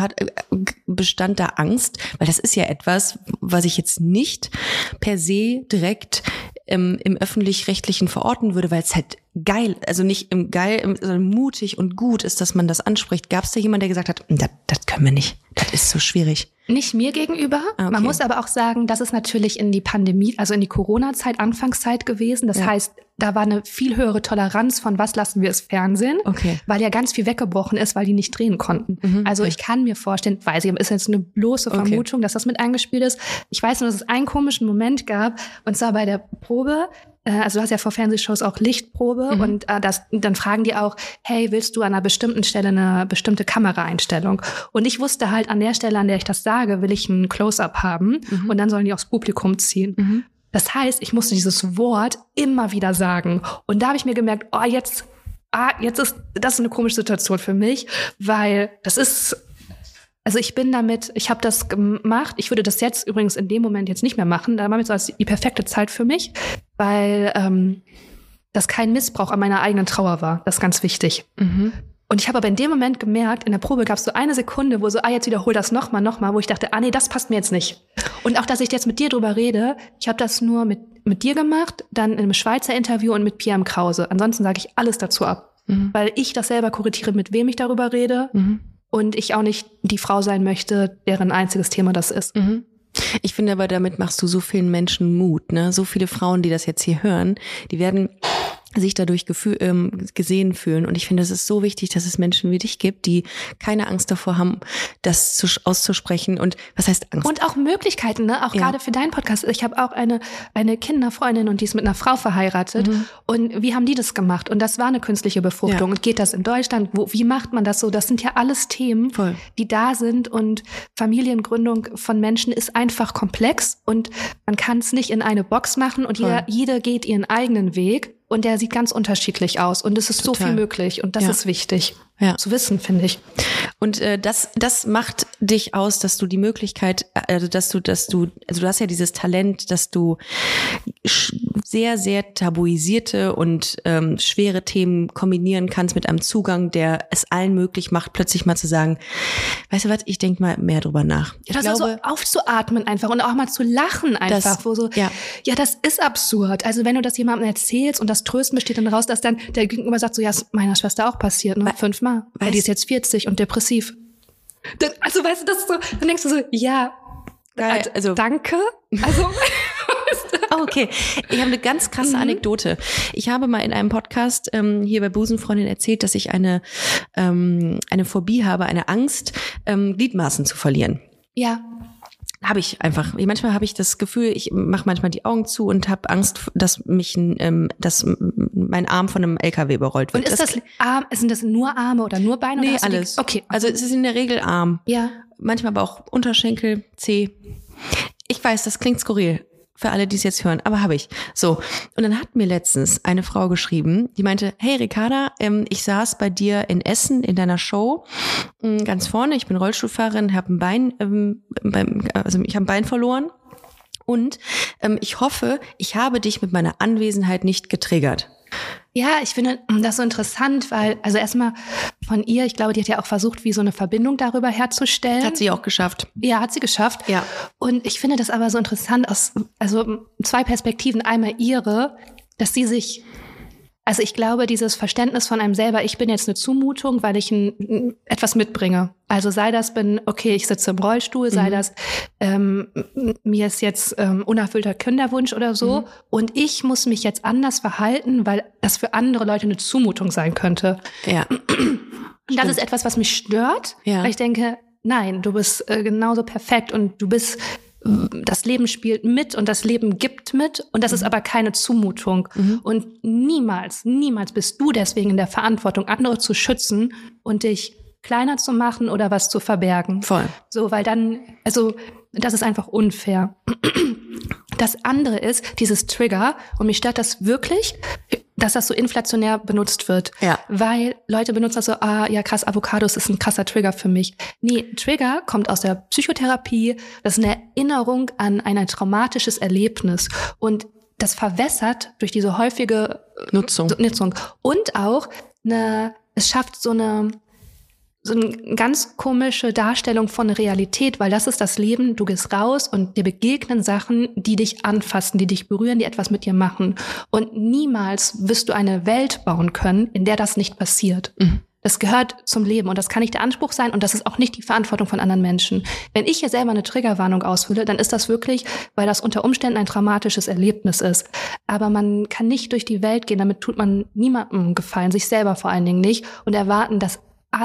bestand da Angst? Weil das ist ja etwas, was ich jetzt nicht per se direkt im Öffentlich-Rechtlichen verorten würde, weil es halt geil, also nicht sondern mutig und gut ist, dass man das anspricht. Gab es da jemanden, der gesagt hat, das können wir nicht, das ist so schwierig? Nicht mir gegenüber. Okay. Man muss aber auch sagen, das ist natürlich in die Pandemie, also in die Corona-Zeit, Anfangszeit gewesen. Das heißt, da war eine viel höhere Toleranz von was lassen wir es Fernsehen, weil ja ganz viel weggebrochen ist, weil die nicht drehen konnten. Also ich kann mir vorstellen, weiß ich, aber ist jetzt eine bloße Vermutung, dass das mit eingespielt ist. Ich weiß nur, dass es einen komischen Moment gab, und zwar bei der Probe. Also du hast ja vor Fernsehshows auch Lichtprobe und dann fragen die auch, hey, willst du an einer bestimmten Stelle eine bestimmte Kameraeinstellung? Und ich wusste halt, an der Stelle, an der ich das sage, will ich ein Close-Up haben und dann sollen die aufs Publikum ziehen. Das heißt, ich musste dieses Wort immer wieder sagen. Und da habe ich mir gemerkt, jetzt ist das eine komische Situation für mich, weil das ist Also ich habe das gemacht. Ich würde das jetzt übrigens in dem Moment jetzt nicht mehr machen. Da war jetzt so die perfekte Zeit für mich, weil das kein Missbrauch an meiner eigenen Trauer war. Das ist ganz wichtig. Mhm. Und ich habe aber in dem Moment gemerkt, in der Probe gab es so eine Sekunde, wo so, jetzt wiederhol das nochmal, wo ich dachte, nee, das passt mir jetzt nicht. Und auch, dass ich jetzt mit dir drüber rede, ich habe das nur mit dir gemacht, dann in einem Schweizer Interview und mit Pia M. Krause. Ansonsten sage ich alles dazu ab, weil ich das selber korrigiere, mit wem ich darüber rede. Und ich auch nicht die Frau sein möchte, deren einziges Thema das ist. Ich finde aber, damit machst du so vielen Menschen Mut, ne? So viele Frauen, die das jetzt hier hören, die werden sich dadurch gesehen fühlen. Und ich finde, es ist so wichtig, dass es Menschen wie dich gibt, die keine Angst davor haben, das auszusprechen. Und was heißt Angst? Und auch Möglichkeiten, ne? Auch gerade für deinen Podcast. Ich habe auch eine Kinderfreundin und die ist mit einer Frau verheiratet. Und wie haben die das gemacht? Und das war eine künstliche Befruchtung. Und geht das in Deutschland? Wie macht man das so? Das sind ja alles Themen, die da sind. Und Familiengründung von Menschen ist einfach komplex. Und man kann es nicht in eine Box machen. Und jede geht ihren eigenen Weg. Und der sieht ganz unterschiedlich aus. Und es ist so viel möglich. Und das ist wichtig zu wissen, finde ich. Und das macht dich aus, dass du die Möglichkeit, also du hast ja dieses Talent, dass du sehr, sehr tabuisierte und schwere Themen kombinieren kannst mit einem Zugang, der es allen möglich macht, plötzlich mal zu sagen, weißt du was, ich denke mal mehr drüber nach. Ich glaube, so aufzuatmen einfach und auch mal zu lachen einfach, das ist absurd. Also wenn du das jemandem erzählst und das Trösten besteht dann raus, dass dann der Gegenüber sagt so, ist meiner Schwester auch passiert, ne? 5-mal. Die ist jetzt 40 und depressiv. Also weißt du, das ist so, dann denkst du so, geil, also danke. Also okay. Ich habe eine ganz krasse Anekdote. Ich habe mal in einem Podcast hier bei Busenfreundin erzählt, dass ich eine Phobie habe, eine Angst, Gliedmaßen zu verlieren. Ja. Habe ich einfach. Manchmal habe ich das Gefühl, ich mache manchmal die Augen zu und habe Angst, dass mein Arm von einem LKW überrollt wird. Und sind das nur Arme oder nur Beine? Nee, oder alles. Okay. Also es ist in der Regel Arm. Ja. Manchmal aber auch Unterschenkel, Zeh. Ich weiß, das klingt skurril für alle, die es jetzt hören, aber habe ich. So, und dann hat mir letztens eine Frau geschrieben, die meinte, hey Ricarda, ich saß bei dir in Essen in deiner Show, ganz vorne, ich bin Rollstuhlfahrerin, habe ich habe ein Bein verloren und ich hoffe, ich habe dich mit meiner Anwesenheit nicht getriggert. Ja, ich finde das so interessant, weil, also erstmal von ihr, ich glaube, die hat ja auch versucht, wie so eine Verbindung darüber herzustellen. Hat sie auch geschafft. Ja, hat sie geschafft. Ja. Und ich finde das aber so interessant aus, also 2 Perspektiven. Einmal ihre, dass sie sich, also ich glaube, dieses Verständnis von einem selber, ich bin jetzt eine Zumutung, weil ich etwas mitbringe. Also sei das, ich sitze im Rollstuhl, sei das, mir ist jetzt unerfüllter Kinderwunsch oder so und ich muss mich jetzt anders verhalten, weil das für andere Leute eine Zumutung sein könnte. Ja. Und das ist etwas, was mich stört, weil ich denke, nein, du bist genauso perfekt und du bist, das Leben spielt mit und das Leben gibt mit und das ist aber keine Zumutung. Und niemals bist du deswegen in der Verantwortung, andere zu schützen und dich kleiner zu machen oder was zu verbergen. Voll. So, weil dann, also das ist einfach unfair. Das andere ist dieses Trigger und mich stört das wirklich, dass das so inflationär benutzt wird. Ja. Weil Leute benutzen das so, krass, Avocados ist ein krasser Trigger für mich. Nee, Trigger kommt aus der Psychotherapie. Das ist eine Erinnerung an ein traumatisches Erlebnis. Und das verwässert durch diese häufige Nutzung. Und auch es schafft so eine ganz komische Darstellung von Realität, weil das ist das Leben, du gehst raus und dir begegnen Sachen, die dich anfassen, die dich berühren, die etwas mit dir machen. Und niemals wirst du eine Welt bauen können, in der das nicht passiert. Das gehört zum Leben und das kann nicht der Anspruch sein und das ist auch nicht die Verantwortung von anderen Menschen. Wenn ich hier selber eine Triggerwarnung ausfülle, dann ist das wirklich, weil das unter Umständen ein traumatisches Erlebnis ist. Aber man kann nicht durch die Welt gehen, damit tut man niemandem Gefallen, sich selber vor allen Dingen nicht und erwarten, dass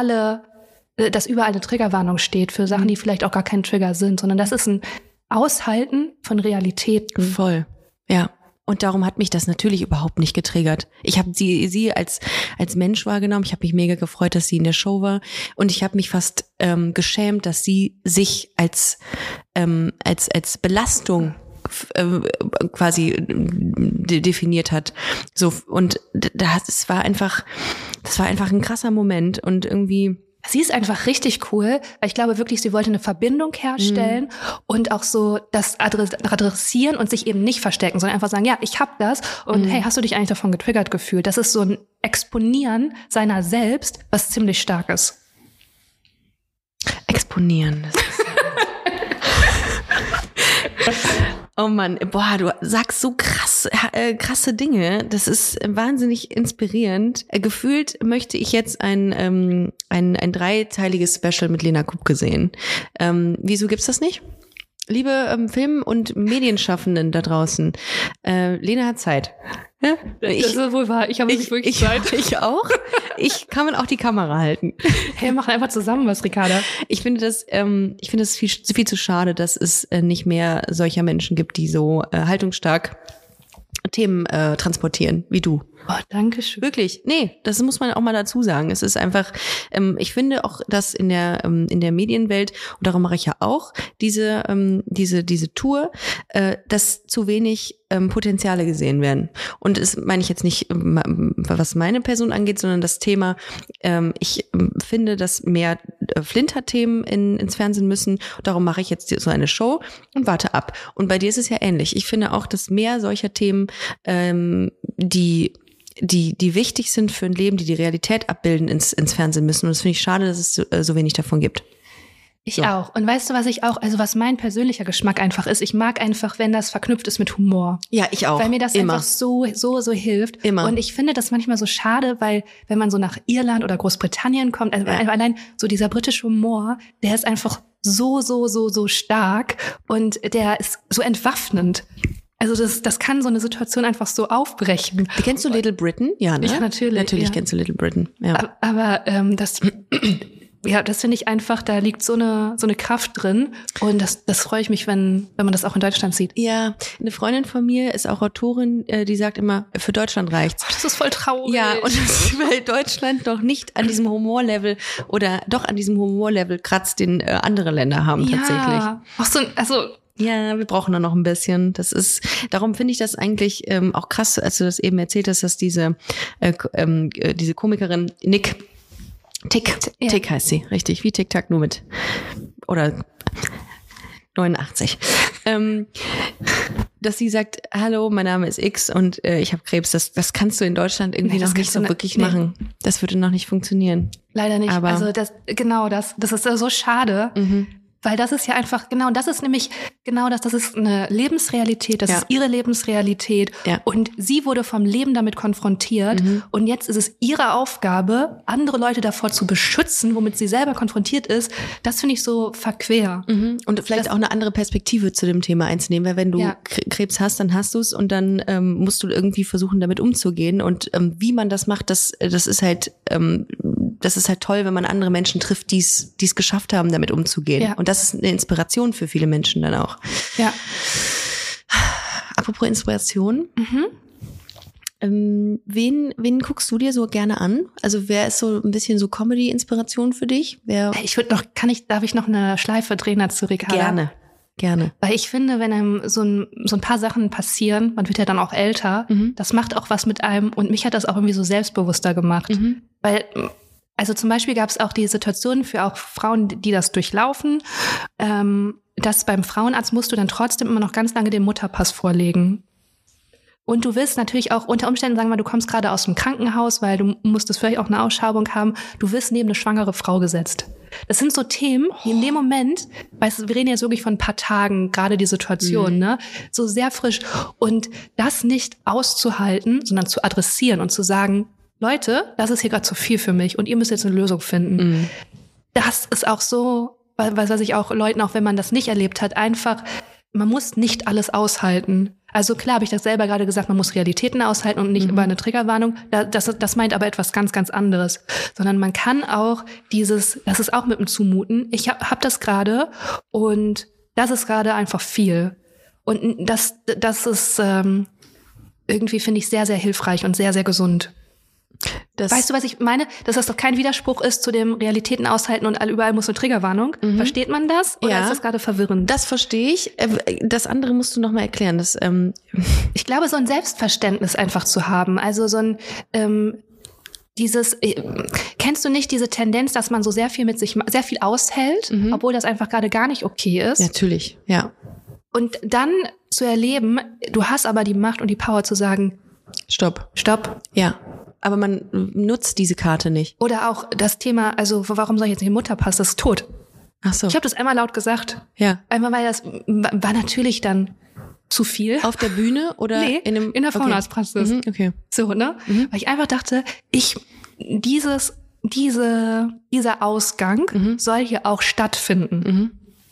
überall eine Triggerwarnung steht für Sachen, die vielleicht auch gar kein Trigger sind, sondern das ist ein Aushalten von Realitäten. Voll, ja. Und darum hat mich das natürlich überhaupt nicht getriggert. Ich habe sie als Mensch wahrgenommen. Ich habe mich mega gefreut, dass sie in der Show war. Und ich habe mich fast geschämt, dass sie sich als Belastung quasi definiert hat. So, und das war einfach ein krasser Moment und irgendwie. sie ist einfach richtig cool, weil ich glaube wirklich, sie wollte eine Verbindung herstellen und auch so das adressieren und sich eben nicht verstecken, sondern einfach sagen, ja, ich hab das und hey, hast du dich eigentlich davon getriggert gefühlt? Das ist so ein Exponieren seiner selbst, was ziemlich stark ist. Exponieren. Das ist oh Mann, boah, du sagst so krasse Dinge. Das ist wahnsinnig inspirierend. Gefühlt möchte ich jetzt ein dreiteiliges Special mit Lena Kupke sehen. Wieso gibt's das nicht? Liebe Film- und Medienschaffenden da draußen, Lena hat Zeit. Ja? Das ist wohl wahr. Ich habe nicht wirklich Zeit. Ich auch. Ich kann man auch die Kamera halten. Hey, machen einfach zusammen was, Ricarda. Ich finde das viel zu schade, dass es nicht mehr solcher Menschen gibt, die so haltungsstark Themen transportieren wie du. Oh, danke schön. Wirklich, nee, das muss man auch mal dazu sagen. Es ist einfach, ich finde auch, dass in der Medienwelt, und darum mache ich ja auch diese Tour, dass zu wenig Potenziale gesehen werden. Und das meine ich jetzt nicht, was meine Person angeht, sondern das Thema, ich finde, dass mehr Flinter-Themen ins Fernsehen müssen. Darum mache ich jetzt so eine Show und warte ab. Und bei dir ist es ja ähnlich. Ich finde auch, dass mehr solcher Themen, die wichtig sind für ein Leben, die Realität abbilden, ins Fernsehen müssen. Und das finde ich schade, dass es so wenig davon gibt. Ich auch. Und weißt du, was mein persönlicher Geschmack einfach ist? Ich mag einfach, wenn das verknüpft ist mit Humor. Ja, ich auch. Weil mir das immer einfach so hilft. Immer. Und ich finde das manchmal so schade, weil wenn man so nach Irland oder Großbritannien kommt, also allein so dieser britische Humor, der ist einfach so stark und der ist so entwaffnend. Also das kann so eine Situation einfach so aufbrechen. Kennst du Little Britain? Ja, ne? Ja, natürlich. Natürlich ja. kennst du Little Britain. Ja. Aber das finde ich einfach, da liegt so eine Kraft drin und das freue ich mich, wenn man das auch in Deutschland sieht. Ja, eine Freundin von mir ist auch Autorin, die sagt immer, für Deutschland reicht's. Das ist voll traurig. Ja, und das ist, weil Deutschland noch nicht an diesem Humorlevel oder doch an diesem Humorlevel kratzt, den andere Länder haben tatsächlich. Auch so, also ja, wir brauchen da noch ein bisschen. Darum finde ich das eigentlich auch krass, als du das eben erzählt hast, dass diese Komikerin Tick heißt sie, richtig, wie Tic-Tac, nur mit, oder 89, dass sie sagt, hallo, mein Name ist X und ich habe Krebs. Das kannst du in Deutschland irgendwie noch nicht so wirklich machen. Das würde noch nicht funktionieren. Leider nicht. Aber also das ist so schade. Weil das ist ja einfach, genau, das ist nämlich genau das ist eine Lebensrealität, das ist ihre Lebensrealität. Ja. Und sie wurde vom Leben damit konfrontiert. Und jetzt ist es ihre Aufgabe, andere Leute davor zu beschützen, womit sie selber konfrontiert ist. Das finde ich so verquer. Und vielleicht auch eine andere Perspektive zu dem Thema einzunehmen, weil wenn du Krebs hast, dann hast du es und dann musst du irgendwie versuchen, damit umzugehen. Und wie man das macht, das ist halt toll, wenn man andere Menschen trifft, die es geschafft haben, damit umzugehen. Ja. Und das ist eine Inspiration für viele Menschen dann auch. Ja. Apropos Inspiration. Wen guckst du dir so gerne an? Also wer ist so ein bisschen so Comedy-Inspiration für dich? Darf ich noch eine Schleife drehen dazu, Ricarda? Gerne. Weil ich finde, wenn einem so ein paar Sachen passieren, man wird ja dann auch älter, das macht auch was mit einem und mich hat das auch irgendwie so selbstbewusster gemacht. Weil also zum Beispiel gab es auch die Situation für auch Frauen, die das durchlaufen, dass beim Frauenarzt musst du dann trotzdem immer noch ganz lange den Mutterpass vorlegen. Und du wirst natürlich auch unter Umständen, sagen wir mal, du kommst gerade aus dem Krankenhaus, weil du musstest vielleicht auch eine Ausschabung haben, du wirst neben eine schwangere Frau gesetzt. Das sind so Themen, die in dem Moment, weißt du, wir reden jetzt wirklich von ein paar Tagen, gerade die Situation, ne, so sehr frisch. Und das nicht auszuhalten, sondern zu adressieren und zu sagen, Leute, das ist hier gerade zu viel für mich und ihr müsst jetzt eine Lösung finden. Das ist auch so, was ich auch Leuten, auch wenn man das nicht erlebt hat, einfach, man muss nicht alles aushalten. Also klar habe ich das selber gerade gesagt, man muss Realitäten aushalten und nicht über eine Triggerwarnung. Das meint aber etwas ganz, ganz anderes. Sondern man kann auch das ist auch mit dem Zumuten. Ich hab das gerade und das ist gerade einfach viel. Und das ist irgendwie, finde ich, sehr, sehr hilfreich und sehr, sehr gesund. Weißt du, was ich meine? Dass das doch kein Widerspruch ist zu dem Realitäten aushalten und überall muss eine Triggerwarnung. Versteht man das? Oder ist das gerade verwirrend? Das verstehe ich. Das andere musst du noch mal erklären. Ich glaube, so ein Selbstverständnis einfach zu haben. Also so ein kennst du nicht diese Tendenz, dass man so sehr viel sehr viel aushält, obwohl das einfach gerade gar nicht okay ist? Natürlich, ja. Und dann zu erleben, du hast aber die Macht und die Power zu sagen, Stopp. Ja. Aber man nutzt diese Karte nicht. Oder auch das Thema, also warum soll ich jetzt nicht Mutterpass, das ist tot. Ach so. Ich habe das einmal laut gesagt. Ja. Einmal, weil das war natürlich dann zu viel. Auf der Bühne oder nee, in der Frauenarztpraxis. Okay. So, ne? Weil ich einfach dachte, dieser Ausgang soll hier auch stattfinden.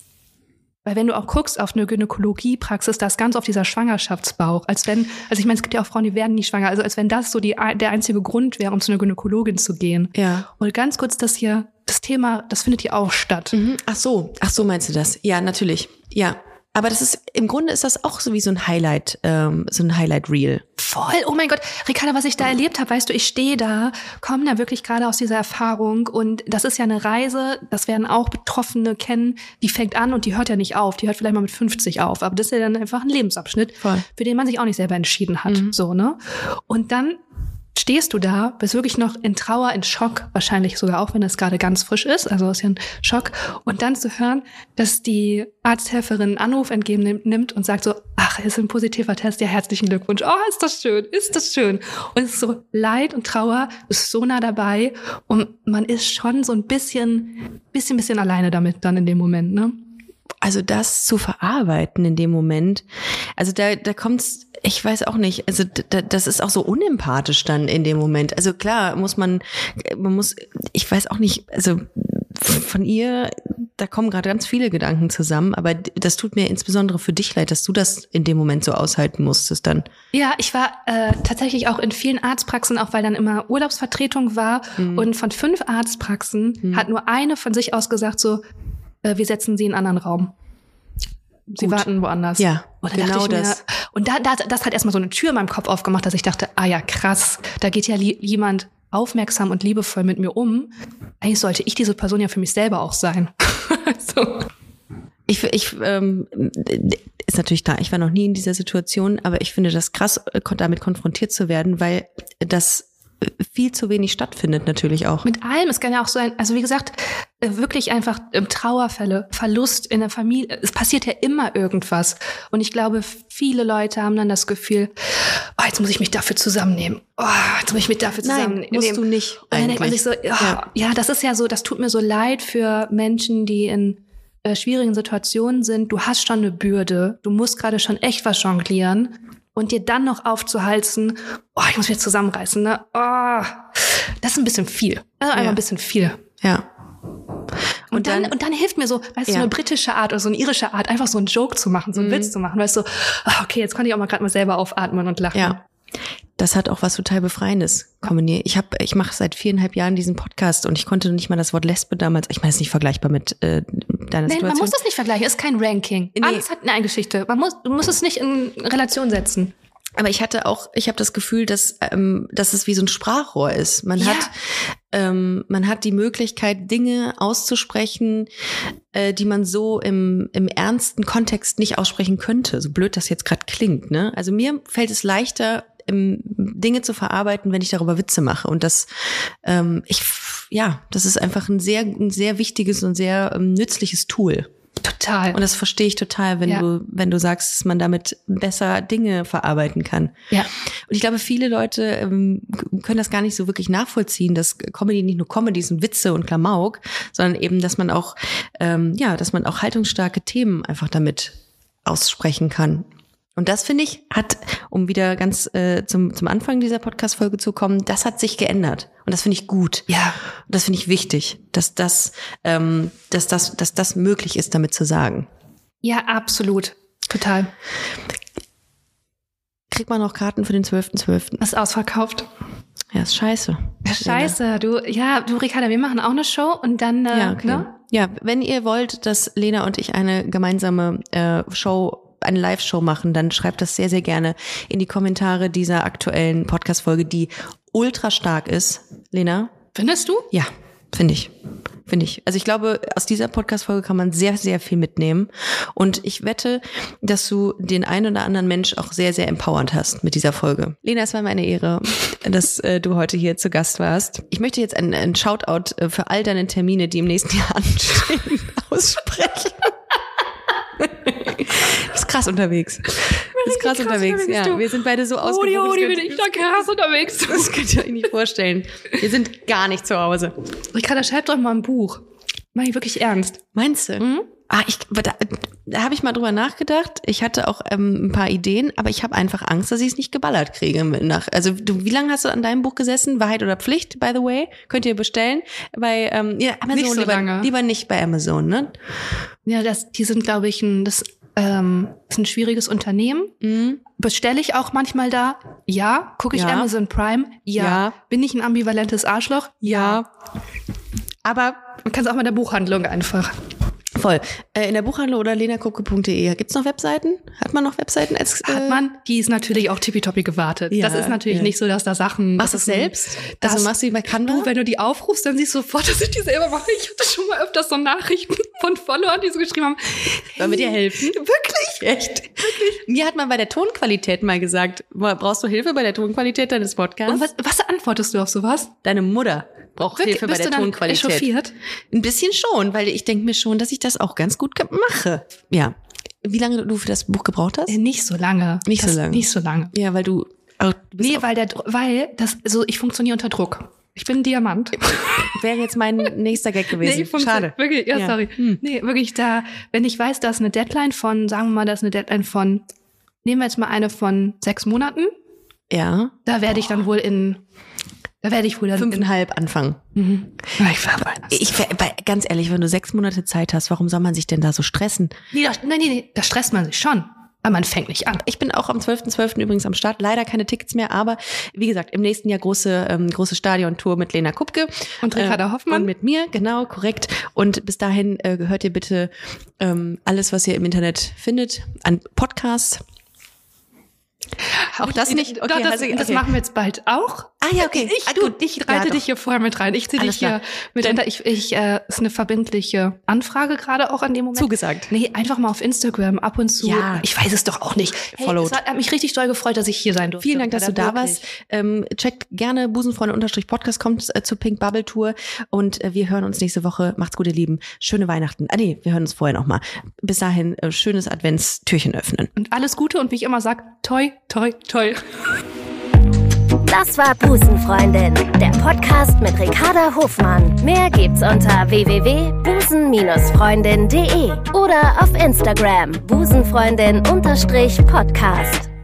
Weil wenn du auch guckst auf eine Gynäkologiepraxis, da ist ganz oft dieser Schwangerschaftsbauch. Also ich meine, es gibt ja auch Frauen, die werden nicht schwanger. Also als wenn das so der einzige Grund wäre, um zu einer Gynäkologin zu gehen. Ja. Und ganz kurz, das Thema, das findet hier auch statt. Ach so meinst du das? Ja, natürlich. Ja. Aber im Grunde ist das auch so wie so ein Highlight, Reel. Voll, oh mein Gott. Ricarda, was ich da erlebt habe, weißt du, ich stehe da, komme da wirklich gerade aus dieser Erfahrung und das ist ja eine Reise, das werden auch Betroffene kennen, die fängt an und die hört ja nicht auf, die hört vielleicht mal mit 50 auf, aber das ist ja dann einfach ein Lebensabschnitt, Voll. Für den man sich auch nicht selber entschieden hat, so, ne? Und dann stehst du da, bist wirklich noch in Trauer, in Schock, wahrscheinlich sogar auch, wenn das gerade ganz frisch ist, also ist ja ein Schock. Und dann zu hören, dass die Arzthelferin einen Anruf entgegennimmt und sagt so, ach, es ist ein positiver Test, ja, herzlichen Glückwunsch. Oh, ist das schön. Und es ist so Leid und Trauer, ist so nah dabei und man ist schon so ein bisschen alleine damit dann in dem Moment, ne? Also das zu verarbeiten in dem Moment, also da kommt's, ich weiß auch nicht, also das ist auch so unempathisch dann in dem Moment. Also klar man muss, ich weiß auch nicht, also von ihr, da kommen gerade ganz viele Gedanken zusammen, aber das tut mir insbesondere für dich leid, dass du das in dem Moment so aushalten musstest dann. Ja, ich war tatsächlich auch in vielen Arztpraxen, auch weil dann immer Urlaubsvertretung war und von 5 Arztpraxen hat nur eine von sich aus gesagt so, wir setzen sie in einen anderen Raum. Sie warten woanders. Ja, und dann genau dachte ich das. Und das hat erstmal so eine Tür in meinem Kopf aufgemacht, dass ich dachte, ah ja, krass, da geht ja jemand aufmerksam und liebevoll mit mir um. Eigentlich sollte ich diese Person ja für mich selber auch sein. So. Ist natürlich klar, ich war noch nie in dieser Situation, aber ich finde das krass, damit konfrontiert zu werden, weil das viel zu wenig stattfindet natürlich auch. Mit allem, es kann ja auch so also wie gesagt, wirklich einfach Trauerfälle, Verlust in der Familie, es passiert ja immer irgendwas. Und ich glaube, viele Leute haben dann das Gefühl, oh, jetzt muss ich mich dafür zusammennehmen. Nein, musst du nicht. Und dann denkt man sich so, ja, das ist ja so, das tut mir so leid für Menschen, die in schwierigen Situationen sind. Du hast schon eine Bürde, du musst gerade schon echt was jonglieren. Und dir dann noch aufzuhalsen, oh, ich muss mich jetzt zusammenreißen, ne? Oh, das ist ein bisschen viel. Also einfach ein bisschen viel. Ja. Und dann hilft mir so, weißt du, so eine britische Art oder so eine irische Art, einfach so einen Joke zu machen, so einen Witz zu machen, weißt du, okay, jetzt kann ich auch mal gerade mal selber aufatmen und lachen. Ja. Das hat auch was total Befreiendes kombiniert. Ich mache seit 4,5 Jahren diesen Podcast und ich konnte nicht mal das Wort Lesbe damals, ich meine, es ist nicht vergleichbar mit deiner Situation. Man muss das nicht vergleichen, es ist kein Ranking. Nee. Alles hat eine Geschichte. Du musst es nicht in Relation setzen. Aber ich habe das Gefühl, dass es wie so ein Sprachrohr ist. Man hat die Möglichkeit, Dinge auszusprechen, die man so im ernsten Kontext nicht aussprechen könnte. So blöd das jetzt gerade klingt, ne? Also mir fällt es leichter, Dinge zu verarbeiten, wenn ich darüber Witze mache. Und das ist einfach ein sehr wichtiges und sehr nützliches Tool. Total. Und das verstehe ich total, wenn du sagst, dass man damit besser Dinge verarbeiten kann. Ja. Und ich glaube, viele Leute können das gar nicht so wirklich nachvollziehen, dass Comedy nicht nur Comedy ist und Witze und Klamauk, sondern eben, dass man auch haltungsstarke Themen einfach damit aussprechen kann. Und das, finde ich, um wieder ganz zum Anfang dieser Podcast-Folge zu kommen, das hat sich geändert. Und das finde ich gut. Ja. Und das finde ich wichtig, dass das möglich ist, damit zu sagen. Ja, absolut. Total. Kriegt man noch Karten für den 12.12.? Das ist ausverkauft. Ja, ist scheiße. Scheiße. Du, Ricarda, wir machen auch eine Show und dann, ne? Ja, wenn ihr wollt, dass Lena und ich eine gemeinsame eine Live-Show machen, dann schreibt das sehr, sehr gerne in die Kommentare dieser aktuellen Podcast-Folge, die ultra stark ist. Lena? Findest du? Ja, finde ich. finde ich. Also ich glaube, aus dieser Podcast-Folge kann man sehr, sehr viel mitnehmen. Und ich wette, dass du den einen oder anderen Mensch auch sehr, sehr empowernd hast mit dieser Folge. Lena, es war mir eine Ehre, dass du heute hier zu Gast warst. Ich möchte jetzt einen Shoutout für all deine Termine, die im nächsten Jahr anstehen, aussprechen. Das ist krass unterwegs. Ja, wir sind beide so ausgewogen. Hodi, bin ich da krass unterwegs. Das könnt ihr euch nicht vorstellen. Wir sind gar nicht zu Hause. Ricarda, schreib doch mal ein Buch. Mach ich wirklich ernst. Meinst du? Mhm. Da habe ich mal drüber nachgedacht. Ich hatte auch ein paar Ideen, aber ich habe einfach Angst, dass ich es nicht geballert kriege. Wie lange hast du an deinem Buch gesessen? Wahrheit oder Pflicht, by the way? Könnt ihr bestellen. Bei Amazon, nicht so lange. Lieber nicht bei Amazon, ne? Ja, die sind, glaube ich, das ist ein schwieriges Unternehmen. Mhm. Bestelle ich auch manchmal da? Ja. Gucke ich Amazon Prime? Ja. Bin ich ein ambivalentes Arschloch? Ja. Aber man kann es auch mal in der Buchhandlung einfach. Voll. In der Buchhandlung oder lenakupke.de. Gibt's noch Webseiten? Hat man noch Webseiten? Hat man. Die ist natürlich auch tippitoppi gewartet. Ja, das ist natürlich nicht so, dass da Sachen... Machst du es selbst? Machst du die bei Canva? Wenn du die aufrufst, dann siehst du sofort, dass ich die selber mache. Ich hatte schon mal öfters so Nachrichten von Followern, die so geschrieben haben. Sollen wir dir helfen? Wirklich? Echt? Wirklich? Mir hat man bei der Tonqualität mal gesagt, brauchst du Hilfe bei der Tonqualität deines Podcasts? Und was antwortest du auf sowas? Deine Mutter braucht Hilfe bei der Tonqualität. Bist du dann echauffiert? Ein bisschen schon, weil ich denke mir schon, dass ich das auch ganz gut mache. Ja. Wie lange du für das Buch gebraucht hast? Nicht so lange. Nicht so lange. Ja, weil du... ich funktioniere unter Druck. Ich bin ein Diamant. Wäre jetzt mein nächster Gag gewesen. Nee, schade. Wirklich, sorry. Nee, wirklich wenn ich weiß, da ist eine Deadline von, nehmen wir jetzt mal eine von 6 Monaten. Ja. Da werde ich dann wohl 5,5 anfangen. Mhm. Ganz ehrlich, wenn du 6 Monate Zeit hast, warum soll man sich denn da so stressen? Nee, da stresst man sich schon. Aber man fängt nicht an. Ich bin auch am 12.12. übrigens am Start. Leider keine Tickets mehr, aber wie gesagt, im nächsten Jahr große Stadiontour mit Lena Kupke. Und Ricarda Hoffmann. Und mit mir, genau, korrekt. Und bis dahin hört ihr bitte alles, was ihr im Internet findet, an Podcasts. Auch das nicht? Okay, das machen wir jetzt bald auch. Ah ja, okay. Ich reite dich hier vorher mit rein. Ich ziehe dich hier mit runter. Ist eine verbindliche Anfrage gerade auch an dem Moment. Zugesagt. Nee, einfach mal auf Instagram ab und zu. Ja. Ich weiß es doch auch nicht. Hey, es hat mich richtig doll gefreut, dass ich hier sein durfte. Vielen Dank, dass du da warst. Checkt gerne Busenfreunde_Podcast, kommt zur Pink Bubble Tour und wir hören uns nächste Woche. Macht's gut, ihr Lieben. Schöne Weihnachten. Wir hören uns vorher noch mal. Bis dahin, schönes Adventstürchen öffnen. Und alles Gute und wie ich immer sag, toi, toi, toi. Das war Busenfreundin, der Podcast mit Ricarda Hofmann. Mehr gibt's unter www.busen-freundin.de oder auf Instagram busenfreundin_podcast.